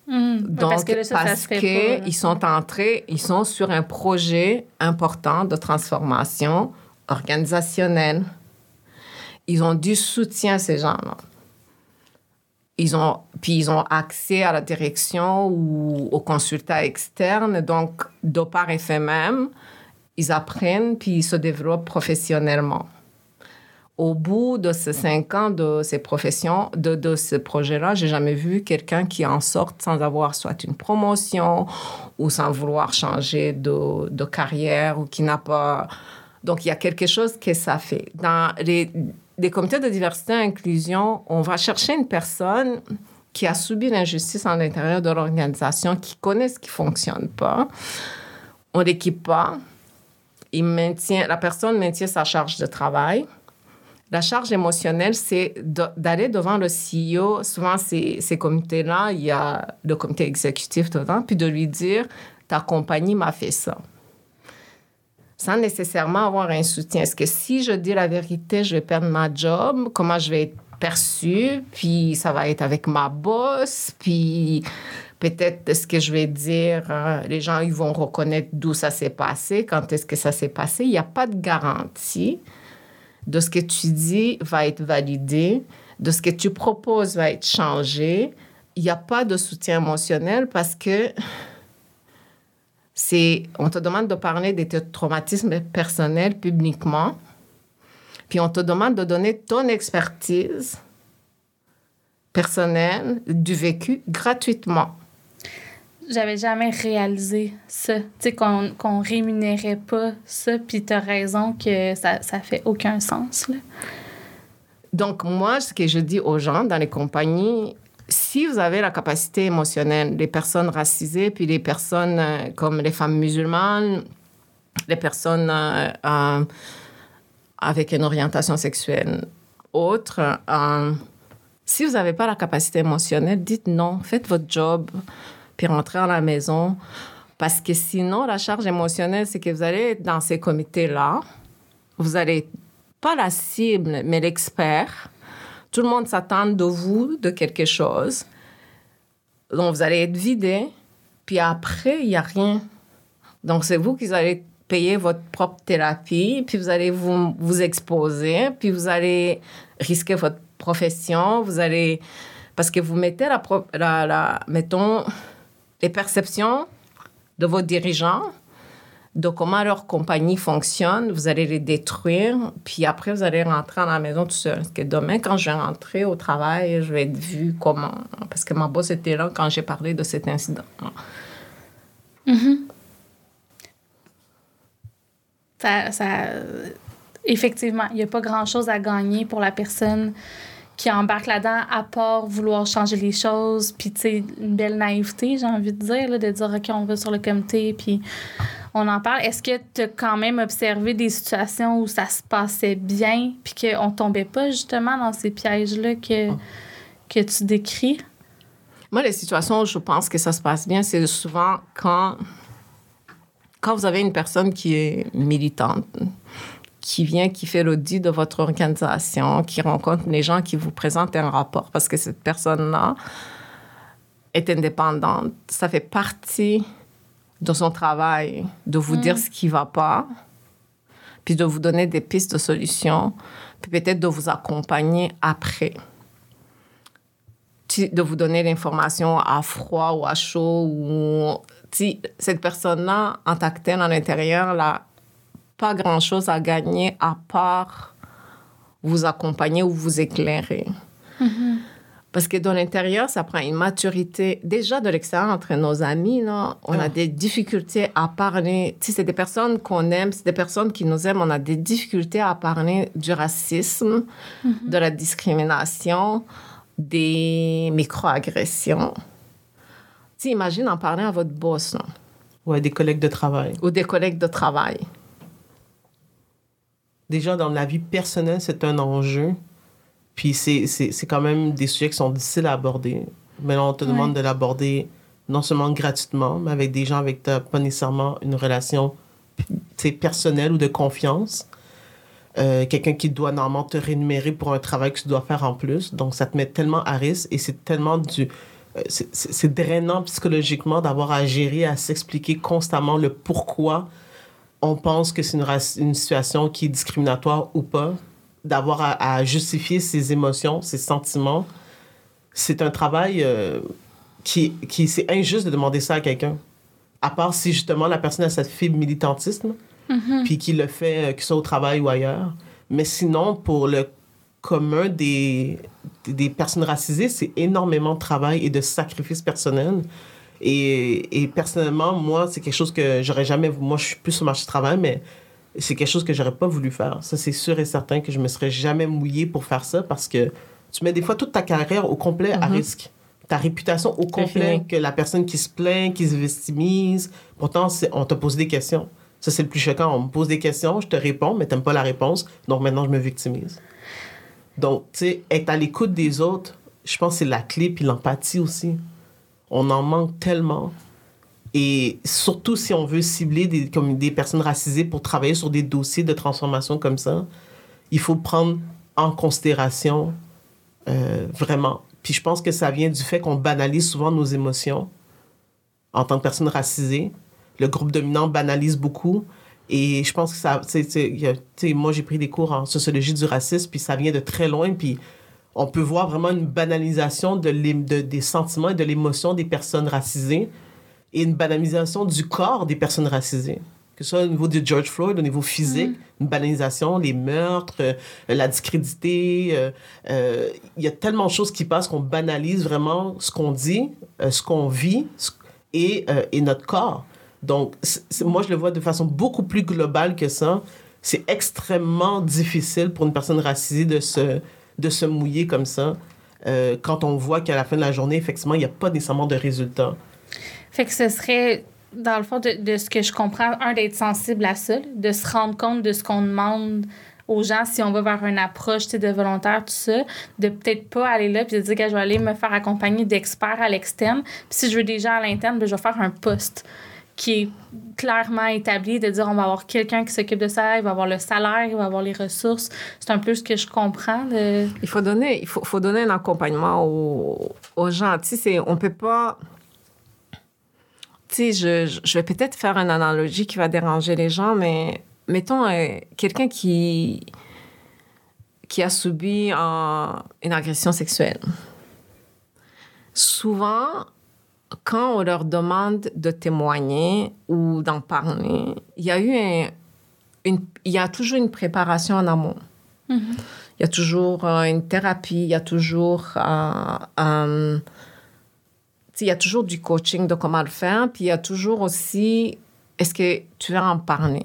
Mmh. Donc, parce que là, ça, parce ça se fait pas, qu'ils sont entrés, ils sont sur un projet important de transformation organisationnelle. Ils ont du soutien, ces gens-là. Ils ont, puis ils ont accès à la direction ou aux consultants externes. Donc, de par effet même, ils apprennent puis ils se développent professionnellement. Au bout de ces cinq ans de ces professions, de, de ce projet-là, j'ai jamais vu quelqu'un qui en sorte sans avoir soit une promotion ou sans vouloir changer de, de carrière ou qui n'a pas... Donc, il y a quelque chose que ça fait. Dans les, les comités de diversité et inclusion, on va chercher une personne qui a subi l'injustice à l'intérieur de l'organisation, qui connaît ce qui ne fonctionne pas. On ne l'équipe pas. Il maintient, la personne maintient sa charge de travail. La charge émotionnelle, c'est de, d'aller devant le C E O. Souvent, ces, ces comités-là, il y a le comité exécutif dedans, puis de lui dire « ta compagnie m'a fait ça ». Sans nécessairement avoir un soutien. Est-ce que si je dis la vérité, je vais perdre ma job? Comment je vais être perçue? Puis ça va être avec ma boss? Puis peut-être ce que je vais dire, hein, les gens ils vont reconnaître d'où ça s'est passé, quand est-ce que ça s'est passé. Il n'y a pas de garantie de ce que tu dis va être validé, de ce que tu proposes va être changé. Il n'y a pas de soutien émotionnel parce que c'est, on te demande de parler de tes traumatismes personnels publiquement, puis on te demande de donner ton expertise personnelle du vécu gratuitement. J'avais jamais réalisé ça, tu sais, qu'on, qu'on rémunérait pas ça, puis t'as raison que ça, ça fait aucun sens, là. Donc, moi, ce que je dis aux gens dans les compagnies, si vous avez la capacité émotionnelle, les personnes racisées, puis les personnes euh, comme les femmes musulmanes, les personnes euh, euh, avec une orientation sexuelle autre, euh, si vous n'avez pas la capacité émotionnelle, dites non, faites votre job, puis rentrez à la maison. Parce que sinon, la charge émotionnelle, c'est que vous allez être dans ces comités-là, vous allez pas la cible, mais l'expert. Tout le monde s'attend de vous, de quelque chose. Donc, vous allez être vidé, puis après, il n'y a rien. Donc, c'est vous qui allez payer votre propre thérapie, puis vous allez vous, vous exposer, puis vous allez risquer votre profession, vous allez... Parce que vous mettez la... la, la mettons... les perceptions de vos dirigeants, de comment leur compagnie fonctionne, vous allez les détruire, puis après, vous allez rentrer à la maison tout seul. Parce que demain, quand je vais rentrer au travail, je vais être vue comment... Parce que ma boss était là quand j'ai parlé de cet incident. Mm-hmm. Ça, ça... Effectivement, il n'y a pas grand-chose à gagner pour la personne qui embarque là-dedans, à part vouloir changer les choses, puis, tu sais, une belle naïveté, j'ai envie de dire, là, de dire, OK, on va sur le comité, puis on en parle. Est-ce que tu as quand même observé des situations où ça se passait bien, puis qu'on ne tombait pas, justement, dans ces pièges-là que, que tu décris? Moi, les situations où je pense que ça se passe bien, c'est souvent quand, quand vous avez une personne qui est militante, qui vient, qui fait l'audit de votre organisation, qui rencontre les gens, qui vous présentent un rapport, parce que cette personne-là est indépendante. Ça fait partie de son travail de vous mmh. dire ce qui ne va pas, puis de vous donner des pistes de solutions, puis peut-être de vous accompagner après. De vous donner l'information à froid ou à chaud. Ou, cette personne-là, en tant que telle, à l'intérieur, là, pas grand-chose à gagner à part vous accompagner ou vous éclairer. Mm-hmm. Parce que dans l'intérieur, ça prend une maturité. Déjà, de l'extérieur, entre nos amis, là, on oh. a des difficultés à parler. Tu sais, c'est des personnes qu'on aime, c'est des personnes qui nous aiment. On a des difficultés à parler du racisme, mm-hmm. de la discrimination, des microagressions. Tu sais, imagine en parler à votre boss, là. Ou à des collègues de travail. Ou des collègues de travail. Déjà, dans la vie personnelle, c'est un enjeu. Puis c'est, c'est, c'est quand même des sujets qui sont difficiles à aborder. Mais là, on te ouais. demande de l'aborder non seulement gratuitement, mais avec des gens avec qui tu n'as pas nécessairement une relation personnelle ou de confiance. Euh, quelqu'un qui doit normalement te rémunérer pour un travail que tu dois faire en plus. Donc, ça te met tellement à risque et c'est tellement du, c'est, c'est, c'est drainant psychologiquement d'avoir à gérer, à s'expliquer constamment le pourquoi on pense que c'est une, une situation qui est discriminatoire ou pas, d'avoir à, à justifier ses émotions, ses sentiments. C'est un travail euh, qui, qui... C'est injuste de demander ça à quelqu'un. À part si, justement, la personne a cette fibre militantisme, mm-hmm. puis qu'il le fait, euh, que ce soit au travail ou ailleurs. Mais sinon, pour le commun des, des personnes racisées, c'est énormément de travail et de sacrifices personnels. Et, et personnellement, moi, c'est quelque chose que j'aurais jamais... Moi, je suis plus sur le marché du travail, mais c'est quelque chose que j'aurais pas voulu faire. Ça, c'est sûr et certain que je me serais jamais mouillée pour faire ça parce que tu mets des fois toute ta carrière au complet mm-hmm. à risque. Ta réputation au complet, que la personne qui se plaint, qui se victimise. Pourtant, c'est, on t'a posé des questions. Ça, c'est le plus choquant. On me pose des questions, je te réponds, mais t'aimes pas la réponse, donc maintenant, je me victimise. Donc, tu sais, être à l'écoute des autres, je pense que c'est la clé, puis l'empathie aussi. On en manque tellement. Et surtout si on veut cibler des, comme des personnes racisées pour travailler sur des dossiers de transformation comme ça, il faut prendre en considération euh, vraiment. Puis je pense que ça vient du fait qu'on banalise souvent nos émotions en tant que personne racisée. Le groupe dominant banalise beaucoup. Et je pense que ça... Tu sais, moi, j'ai pris des cours en sociologie du racisme, puis ça vient de très loin, puis on peut voir vraiment une banalisation de de, des sentiments et de l'émotion des personnes racisées et une banalisation du corps des personnes racisées. Que ce soit au niveau de George Floyd, au niveau physique, mmh. une banalisation, les meurtres, euh, la discrédité. Il euh, euh, y a tellement de choses qui passent qu'on banalise vraiment ce qu'on dit, euh, ce qu'on vit ce, et, euh, et notre corps. Donc, c'est, c'est, moi, je le vois de façon beaucoup plus globale que ça. C'est extrêmement difficile pour une personne racisée de se... de se mouiller comme ça, euh, quand on voit qu'à la fin de la journée, effectivement, il n'y a pas nécessairement de résultat. Fait que ce serait, dans le fond, de, de ce que je comprends, un, d'être sensible à ça, de se rendre compte de ce qu'on demande aux gens si on va vers une approche de volontaire, tout ça, de peut-être pas aller là puis de dire que je vais aller me faire accompagner d'experts à l'externe. Puis si je veux des gens à l'interne, bien, je vais faire un poste qui est clairement établi, de dire on va avoir quelqu'un qui s'occupe de ça, il va avoir le salaire, il va avoir les ressources. C'est un peu ce que je comprends. De... Il faut donner, il faut, faut donner un accompagnement aux, aux gens. Tu sais, on peut pas... Tu sais, je, je vais peut-être faire une analogie qui va déranger les gens, mais mettons euh, quelqu'un qui, qui a subi un, une agression sexuelle. Souvent... Quand on leur demande de témoigner ou d'en parler, il y a eu un, une, il y a toujours une préparation en amont. Mm-hmm. Il y a toujours euh, une thérapie, il y a toujours, euh, euh, il y a toujours du coaching de comment le faire, puis il y a toujours aussi, est-ce que tu vas en parler?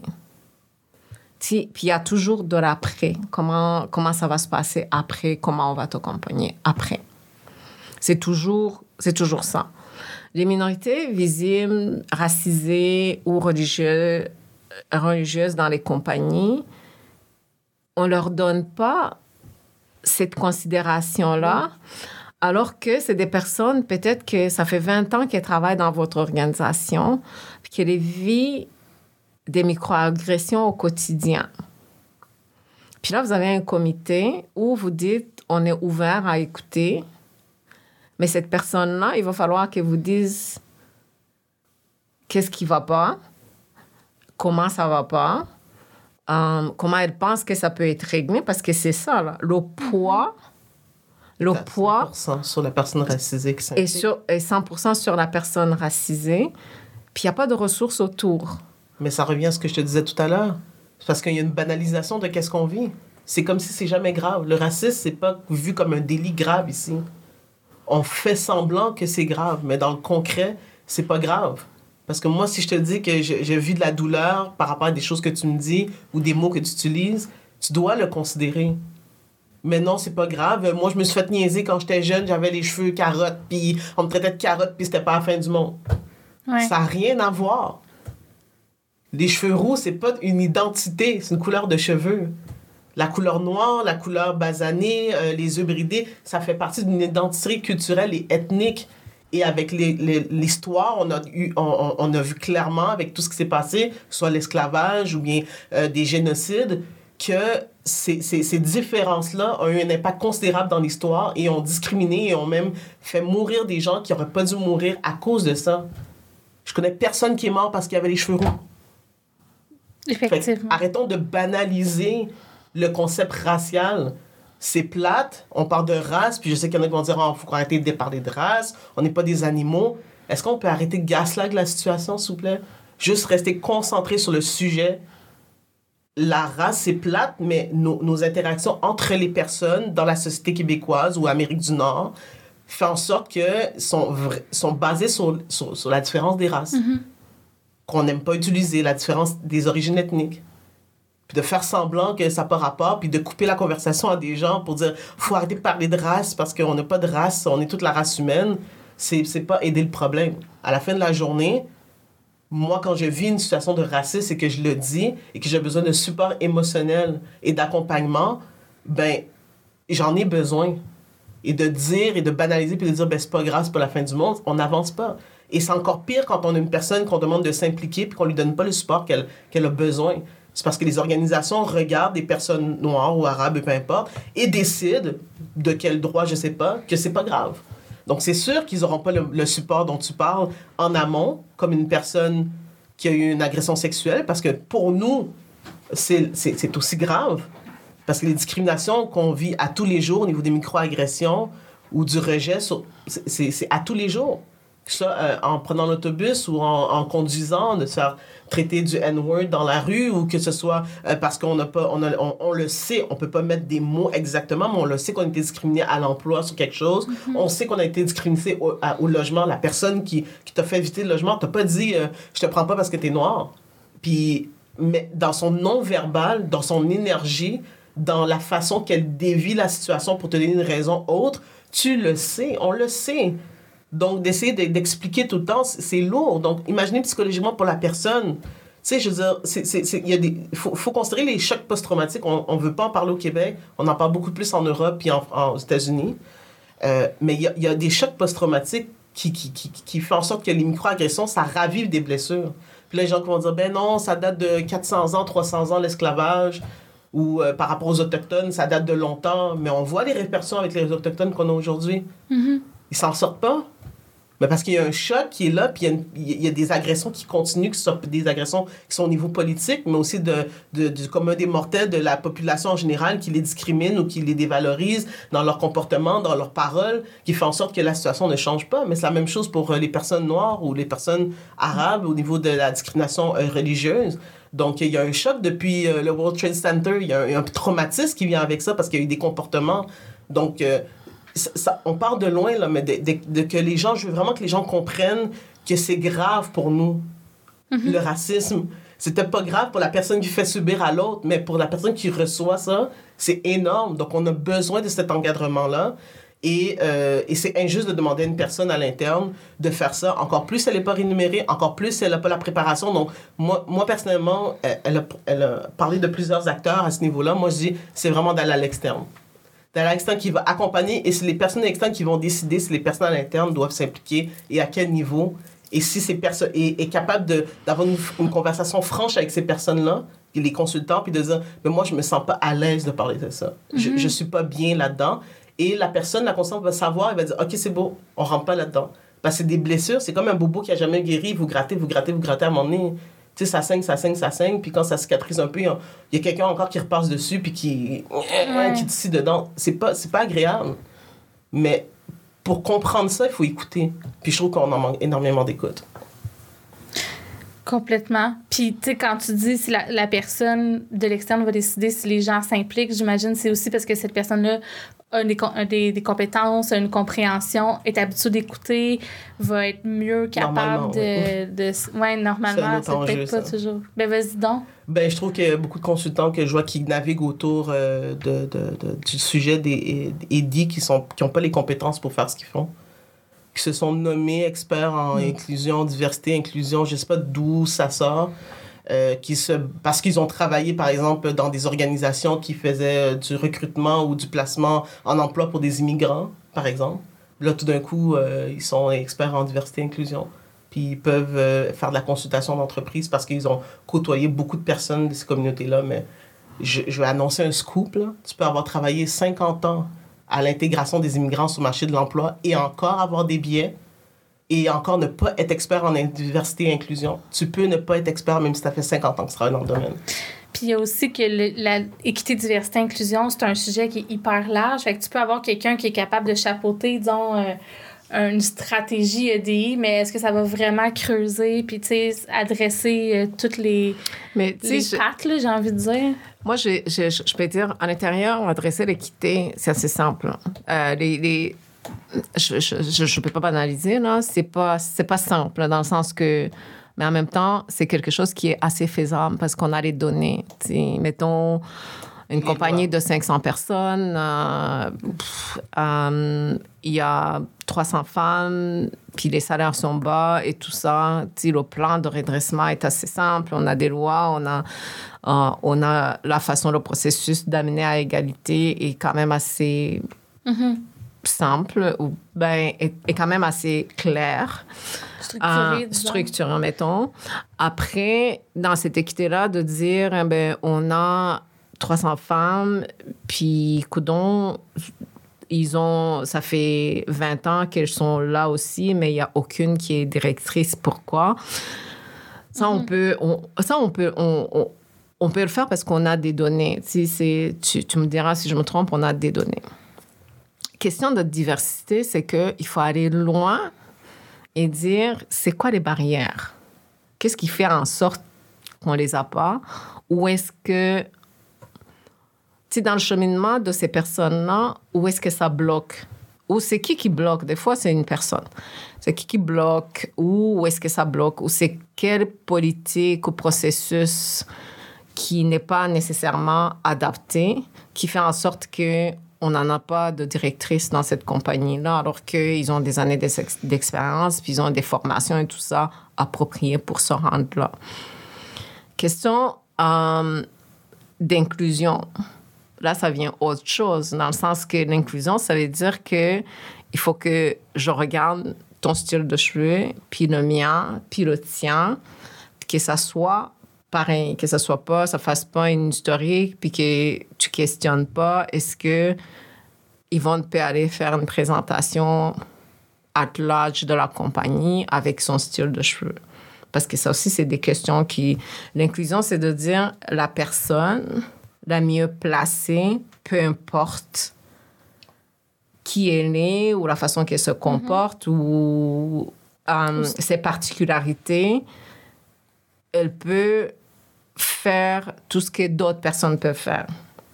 Puis il y a toujours de l'après, comment, comment ça va se passer après, comment on va t'accompagner après. C'est toujours, c'est toujours ça. Les minorités visibles, racisées ou religieuses, religieuses dans les compagnies, on ne leur donne pas cette considération-là, alors que c'est des personnes, peut-être que ça fait vingt ans qu'elles travaillent dans votre organisation, puis qu'elles vivent des microagressions au quotidien. Puis là, vous avez un comité où vous dites, on est ouvert à écouter. Mais cette personne-là, il va falloir qu'elle vous dise qu'est-ce qui ne va pas, comment ça ne va pas, euh, comment elle pense que ça peut être réglé, parce que c'est ça, là, le poids, le poids... cent pour cent sur la personne racisée. Que ça et, sur, et cent pour cent sur la personne racisée, puis il n'y a pas de ressources autour. Mais ça revient à ce que je te disais tout à l'heure. C'est parce qu'il y a une banalisation de qu'est-ce qu'on vit. C'est comme si c'est jamais grave. Le racisme, c'est pas vu comme un délit grave ici. On fait semblant que c'est grave, mais dans le concret, c'est pas grave. Parce que moi, si je te dis que je, je vis de la douleur par rapport à des choses que tu me dis ou des mots que tu utilises, tu dois le considérer. Mais non, c'est pas grave. Moi, je me suis fait niaiser quand j'étais jeune, j'avais les cheveux carottes, puis on me traitait de carotte, puis c'était pas la fin du monde. Ouais. Ça n'a rien à voir. Les cheveux roux, c'est pas une identité, c'est une couleur de cheveux. La couleur noire, la couleur basanée, euh, les yeux bridés, ça fait partie d'une identité culturelle et ethnique. Et avec les, les, l'histoire, on a, eu, on, on a vu clairement, avec tout ce qui s'est passé, soit l'esclavage ou bien euh, des génocides, que ces, ces, ces différences-là ont eu un impact considérable dans l'histoire et ont discriminé et ont même fait mourir des gens qui n'auraient pas dû mourir à cause de ça. Je connais personne qui est mort parce qu'il avait les cheveux roux. Effectivement. Fait, arrêtons de banaliser le concept racial. C'est plate, on parle de race, puis je sais qu'il y en a qui vont dire oh, « faut arrêter de parler de race, on n'est pas des animaux ». Est-ce qu'on peut arrêter de gaslighter la situation, s'il vous plaît? Juste rester concentré sur le sujet. La race, c'est plate, mais nos, nos interactions entre les personnes dans la société québécoise ou Amérique du Nord font en sorte que sont, vra- sont basées sur, sur, sur la différence des races. Mm-hmm. Qu'on n'aime pas utiliser, la différence des origines ethniques. Puis de faire semblant que ça n'a pas rapport, puis de couper la conversation à des gens pour dire « faut arrêter de parler de race parce qu'on n'a pas de race, on est toute la race humaine », c'est, c'est pas aider le problème. À la fin de la journée, moi, quand je vis une situation de racisme et que je le dis et que j'ai besoin de support émotionnel et d'accompagnement, ben j'en ai besoin. Et de dire et de banaliser puis de dire « ben c'est pas grave, c'est pas la fin du monde », on n'avance pas. Et c'est encore pire quand on a une personne qu'on demande de s'impliquer puis qu'on lui donne pas le support qu'elle, qu'elle a besoin. C'est parce que les organisations regardent des personnes noires ou arabes, peu importe, et décident, de quel droit, je sais pas, que c'est pas grave. Donc, c'est sûr qu'ils n'auront pas le, le support dont tu parles en amont, comme une personne qui a eu une agression sexuelle, parce que pour nous, c'est, c'est, c'est aussi grave. Parce que les discriminations qu'on vit à tous les jours au niveau des micro-agressions ou du rejet, c'est, c'est, c'est à tous les jours. Ça, euh, en prenant l'autobus ou en, en conduisant, de se faire traiter du N-word dans la rue, ou que ce soit euh, parce qu'on n'a pas, on, a, on, on le sait, on peut pas mettre des mots exactement, mais on le sait qu'on a été discriminé à l'emploi sur quelque chose. Mm-hmm. On sait qu'on a été discriminé au, à, au logement. La personne qui, qui t'a fait éviter le logement t'a pas dit euh, « je te prends pas parce que t'es noir ». Puis, mais dans son non-verbal, dans son énergie, dans la façon qu'elle dévie la situation pour te donner une raison autre, tu le sais, on le sait. Donc, d'essayer d'expliquer tout le temps, c'est lourd. Donc, imaginez psychologiquement pour la personne. Tu sais, je veux dire, c'est, c'est, c'est, y a des, faut, faut considérer les chocs post-traumatiques. On ne veut pas en parler au Québec. On en parle beaucoup plus en Europe et en, en, aux États-Unis. Euh, mais il y a, y a des chocs post-traumatiques qui, qui, qui, qui font en sorte que les micro-agressions, ça ravive des blessures. Puis là, les gens qui vont dire, ben non, ça date de quatre cents ans, trois cents ans, l'esclavage. Ou euh, par rapport aux Autochtones, ça date de longtemps. Mais on voit les répercussions avec les Autochtones qu'on a aujourd'hui. Mm-hmm. Ils s'en sortent pas. Mais parce qu'il y a un choc qui est là, puis il y a, une, il y a des agressions qui continuent, qui sont des agressions qui sont au niveau politique, mais aussi de, de, du commun des mortels, de la population en général, qui les discrimine ou qui les dévalorise dans leur comportement, dans leurs paroles, qui fait en sorte que la situation ne change pas. Mais c'est la même chose pour les personnes noires ou les personnes arabes au niveau de la discrimination religieuse. Donc, il y a un choc depuis le World Trade Center. Il y a un, un traumatisme qui vient avec ça parce qu'il y a eu des comportements. Donc, euh, ça, ça, on part de loin, là, mais de, de, de que les gens, je veux vraiment que les gens comprennent que c'est grave pour nous, mm-hmm. le racisme. C'était pas grave pour la personne qui fait subir à l'autre, mais pour la personne qui reçoit ça, c'est énorme. Donc, on a besoin de cet encadrement-là. Et, euh, et c'est injuste de demander à une personne à l'interne de faire ça. Encore plus, elle n'est pas rémunérée. Encore plus, elle n'a pas la préparation. Donc, moi, moi personnellement, elle a, elle a parlé de plusieurs acteurs à ce niveau-là. Moi, je dis, c'est vraiment d'aller à l'externe. D'aller à l'externe qui va accompagner. Et c'est les personnes à l'externe qui vont décider si les personnes à l'interne doivent s'impliquer et à quel niveau. Et si ces personnes est, est capable de, d'avoir une, une conversation franche avec ces personnes-là, les consultants, puis de dire, mais moi, je ne me sens pas à l'aise de parler de ça. Mm-hmm. Je ne suis pas bien là-dedans. Et la personne, la consultante va savoir, elle va dire, OK, c'est beau, on ne rentre pas là-dedans. Parce que c'est des blessures, c'est comme un bobo qui n'a jamais guéri, vous grattez, vous grattez, vous grattez à un moment donné. Tu sais, ça saigne, ça saigne, ça saigne, puis quand ça cicatrise un peu, il y a quelqu'un encore qui repasse dessus, puis qui, ouais. qui tisse dedans. C'est pas, c'est pas agréable. Mais pour comprendre ça, il faut écouter. Puis je trouve qu'on en manque énormément d'écoute. Complètement. Puis, tu sais, quand tu dis si la, la personne de l'externe va décider si les gens s'impliquent, j'imagine c'est aussi parce que cette personne-là a des, a des, des compétences, a une compréhension, est habituée d'écouter, va être mieux capable de, de... Ouais, normalement, c'est, c'est peut-être pas ça. Toujours. Ben, vas-y donc. Ben, je trouve qu'il y a beaucoup de consultants que je vois qui naviguent autour euh, de, de, de, du sujet des E D I qui sont qui n'ont pas les compétences pour faire ce qu'ils font. Qui se sont nommés experts en mmh. inclusion, diversité, inclusion, je ne sais pas d'où ça sort, euh, qui se, parce qu'ils ont travaillé, par exemple, dans des organisations qui faisaient du recrutement ou du placement en emploi pour des immigrants, par exemple. Là, tout d'un coup, euh, ils sont experts en diversité et inclusion. Puis ils peuvent euh, faire de la consultation d'entreprise parce qu'ils ont côtoyé beaucoup de personnes de ces communautés-là, mais je, je vais annoncer un scoop, là. Tu peux avoir travaillé cinquante ans à l'intégration des immigrants sur le marché de l'emploi et encore avoir des billets et encore ne pas être expert en diversité et inclusion. Tu peux ne pas être expert même si ça fait cinquante ans que tu travailles dans le domaine. Puis il y a aussi que l'équité, diversité, inclusion, c'est un sujet qui est hyper large. Fait que tu peux avoir quelqu'un qui est capable de chapeauter, disons, euh, une stratégie E D I, mais est-ce que ça va vraiment creuser puis, tu sais, adresser euh, toutes les, mais, les je, pattes, là, j'ai envie de dire? Moi, je, je, je peux dire, à l'intérieur, adresser l'équité, c'est assez simple. Euh, les, les, je je ne peux pas banaliser, là. C'est pas, c'est pas simple, dans le sens que... Mais en même temps, c'est quelque chose qui est assez faisable parce qu'on a les données. T'sais, mettons, une les compagnie lois. De cinq cents personnes, euh, pff, euh, il y a trois cents femmes, puis les salaires sont bas et tout ça. T'sais, le plan de redressement est assez simple. On a des lois, on a, euh, on a la façon, le processus d'amener à égalité est quand même assez... Mm-hmm. simple ou ben est, est quand même assez clair, structuré, euh, structuré mettons. Après, dans cette équité-là, de dire eh ben on a trois cents femmes, puis coudon, ils ont, ça fait vingt ans qu'elles sont là aussi, mais il y a aucune qui est directrice. Pourquoi? Ça, mm-hmm. on peut, on, ça on peut, on, on, on peut le faire parce qu'on a des données. Si c'est, tu, tu me diras si je me trompe, on a des données. Question de diversité, c'est qu'il faut aller loin et dire, c'est quoi les barrières? Qu'est-ce qui fait en sorte qu'on ne les a pas? Ou est-ce que, tu sais, dans le cheminement de ces personnes-là, où est-ce que ça bloque? Ou c'est qui qui bloque? Des fois, c'est une personne. C'est qui qui bloque? Ou où est-ce que ça bloque? Ou c'est quelle politique ou processus qui n'est pas nécessairement adapté, qui fait en sorte que on n'en a pas de directrice dans cette compagnie-là, alors qu'ils ont des années d'expérience, puis ils ont des formations et tout ça appropriées pour se rendre là. Question euh, d'inclusion. Là, ça vient autre chose, dans le sens que l'inclusion, ça veut dire que il faut que je regarde ton style de cheveux, puis le mien, puis le tien, que ça soit pareil, que ça soit pas, ça fasse pas une historique, puis que tu questionnes pas, est-ce que Yvonne peut aller faire une présentation à l'âge de la compagnie avec son style de cheveux? Parce que ça aussi, c'est des questions qui... L'inclusion, c'est de dire la personne la mieux placée, peu importe qui elle est ou la façon qu'elle se comporte mm-hmm. ou um, ses particularités, elle peut faire tout ce que d'autres personnes peuvent faire.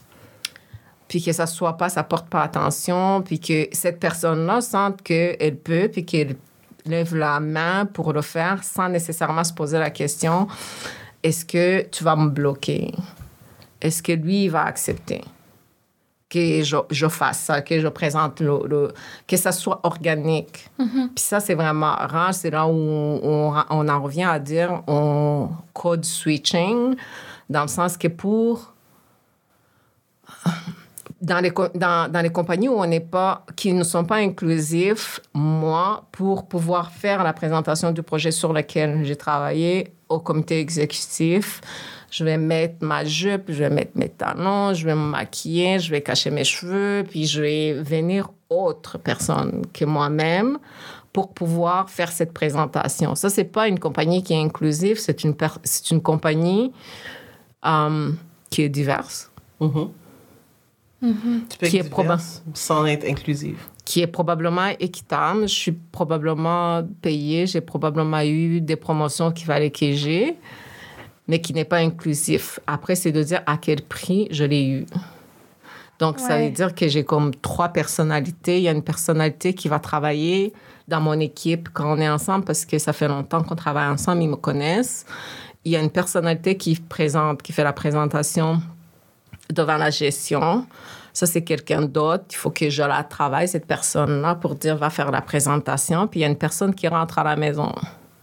Puis que ça soit pas, ça porte pas attention, puis que cette personne-là sente qu'elle peut, puis qu'elle lève la main pour le faire sans nécessairement se poser la question, est-ce que tu vas me bloquer? Est-ce que lui, il va accepter que je, je fasse ça, que je présente le... le que ça soit organique. Mm-hmm. Puis ça, c'est vraiment rare. C'est là où on, on en revient à dire on code switching, dans le sens que pour... Dans les, dans, dans les compagnies où on n'est pas, qui ne sont pas inclusifs, moi, pour pouvoir faire la présentation du projet sur lequel j'ai travaillé au comité exécutif, je vais mettre ma jupe, je vais mettre mes talons, je vais me maquiller, je vais cacher mes cheveux, puis je vais venir autre personne que moi-même pour pouvoir faire cette présentation. Ça, c'est pas une compagnie qui est inclusive, c'est une, per- c'est une compagnie um, qui est diverse. Mm-hmm. Mm-hmm. Tu peux être diverse proba- sans être inclusive. Qui est probablement équitable. Je suis probablement payée. J'ai probablement eu des promotions qu'il fallait que j'ai, mais qui n'est pas inclusif. Après, c'est de dire à quel prix je l'ai eu. Donc, ouais. Ça veut dire que j'ai comme trois personnalités. Il y a une personnalité qui va travailler dans mon équipe quand on est ensemble, parce que ça fait longtemps qu'on travaille ensemble, ils me connaissent. Il y a une personnalité qui présente, qui fait la présentation devant la gestion. Ça, c'est quelqu'un d'autre. Il faut que je la travaille, cette personne-là, pour dire, va faire la présentation. Puis il y a une personne qui rentre à la maison.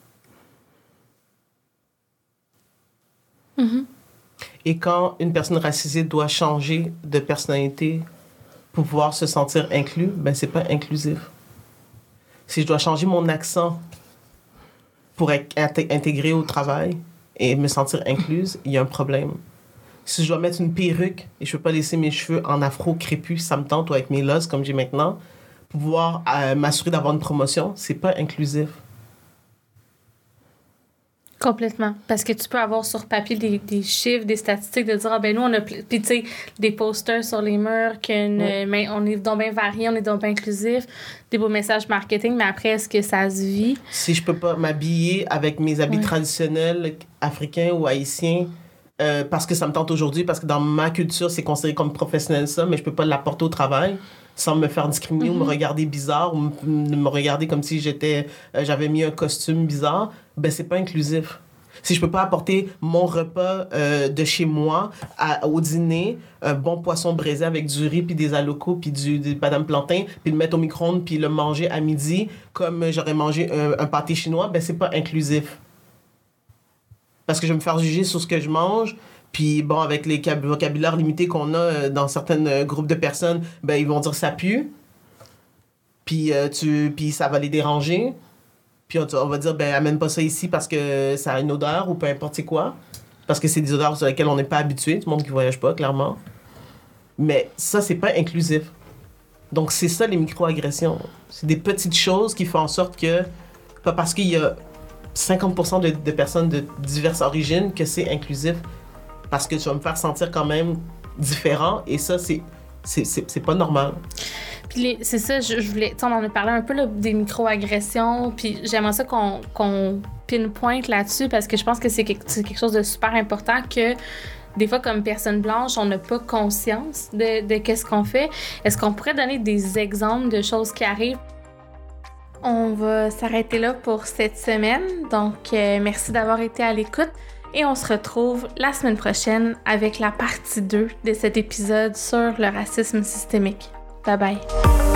Mm-hmm. Et quand une personne racisée doit changer de personnalité pour pouvoir se sentir inclus, ben c'est pas inclusif. Si je dois changer mon accent pour être intégrée au travail et me sentir incluse, il y a un problème. Si je dois mettre une perruque et je peux pas laisser mes cheveux en afro crépus, ça me tente, ou avec mes losses comme j'ai maintenant, pour pouvoir euh, m'assurer d'avoir une promotion, c'est pas inclusif. Complètement. Parce que tu peux avoir sur papier des, des chiffres, des statistiques, de dire, ah ben nous, on a, puis tu sais, des posters sur les murs, qu'une, ouais. mais on est donc bien varié, on est donc bien inclusif, des beaux messages marketing, mais après, est-ce que ça se vit? Si je peux pas m'habiller avec mes habits ouais. traditionnels africains ou haïtiens, euh, parce que ça me tente aujourd'hui, parce que dans ma culture, c'est considéré comme professionnel ça, mais je peux pas l'apporter au travail sans me faire discriminer mm-hmm. ou me regarder bizarre ou me, me regarder comme si j'étais euh, j'avais mis un costume bizarre, ben c'est pas inclusif. Si je peux pas apporter mon repas euh, de chez moi à, au dîner, un bon poisson braisé avec du riz puis des alocos puis du, du madame plantain, puis le mettre au micro-ondes puis le manger à midi comme j'aurais mangé un, un pâté chinois, ben c'est pas inclusif. Parce que je vais me faire juger sur ce que je mange. Puis bon, avec les vocabulaires limités qu'on a dans certains euh, groupes de personnes, ben ils vont dire ça pue. Puis, euh, tu, puis ça va les déranger. Puis on, on va dire, ben amène pas ça ici parce que ça a une odeur ou peu importe c'est quoi. Parce que c'est des odeurs sur lesquelles on n'est pas habitué, tout le monde qui voyage pas, clairement. Mais ça, c'est pas inclusif. Donc c'est ça les micro-agressions. C'est des petites choses qui font en sorte que, pas parce qu'il y a cinquante pour cent de, de personnes de diverses origines que c'est inclusif. Parce que tu vas me faire sentir quand même différent et ça, c'est, c'est, c'est, c'est pas normal. Puis les, c'est ça, je, je voulais... Tu sais, on en a parlé un peu là, des micro-agressions, puis j'aimerais ça qu'on, qu'on pinpointe là-dessus parce que je pense que c'est quelque, c'est quelque chose de super important que des fois, comme personne blanche, on n'a pas conscience de, de qu'est-ce qu'on fait. Est-ce qu'on pourrait donner des exemples de choses qui arrivent? On va s'arrêter là pour cette semaine. Donc, euh, merci d'avoir été à l'écoute. Et on se retrouve la semaine prochaine avec la partie deux de cet épisode sur le racisme systémique. Bye bye!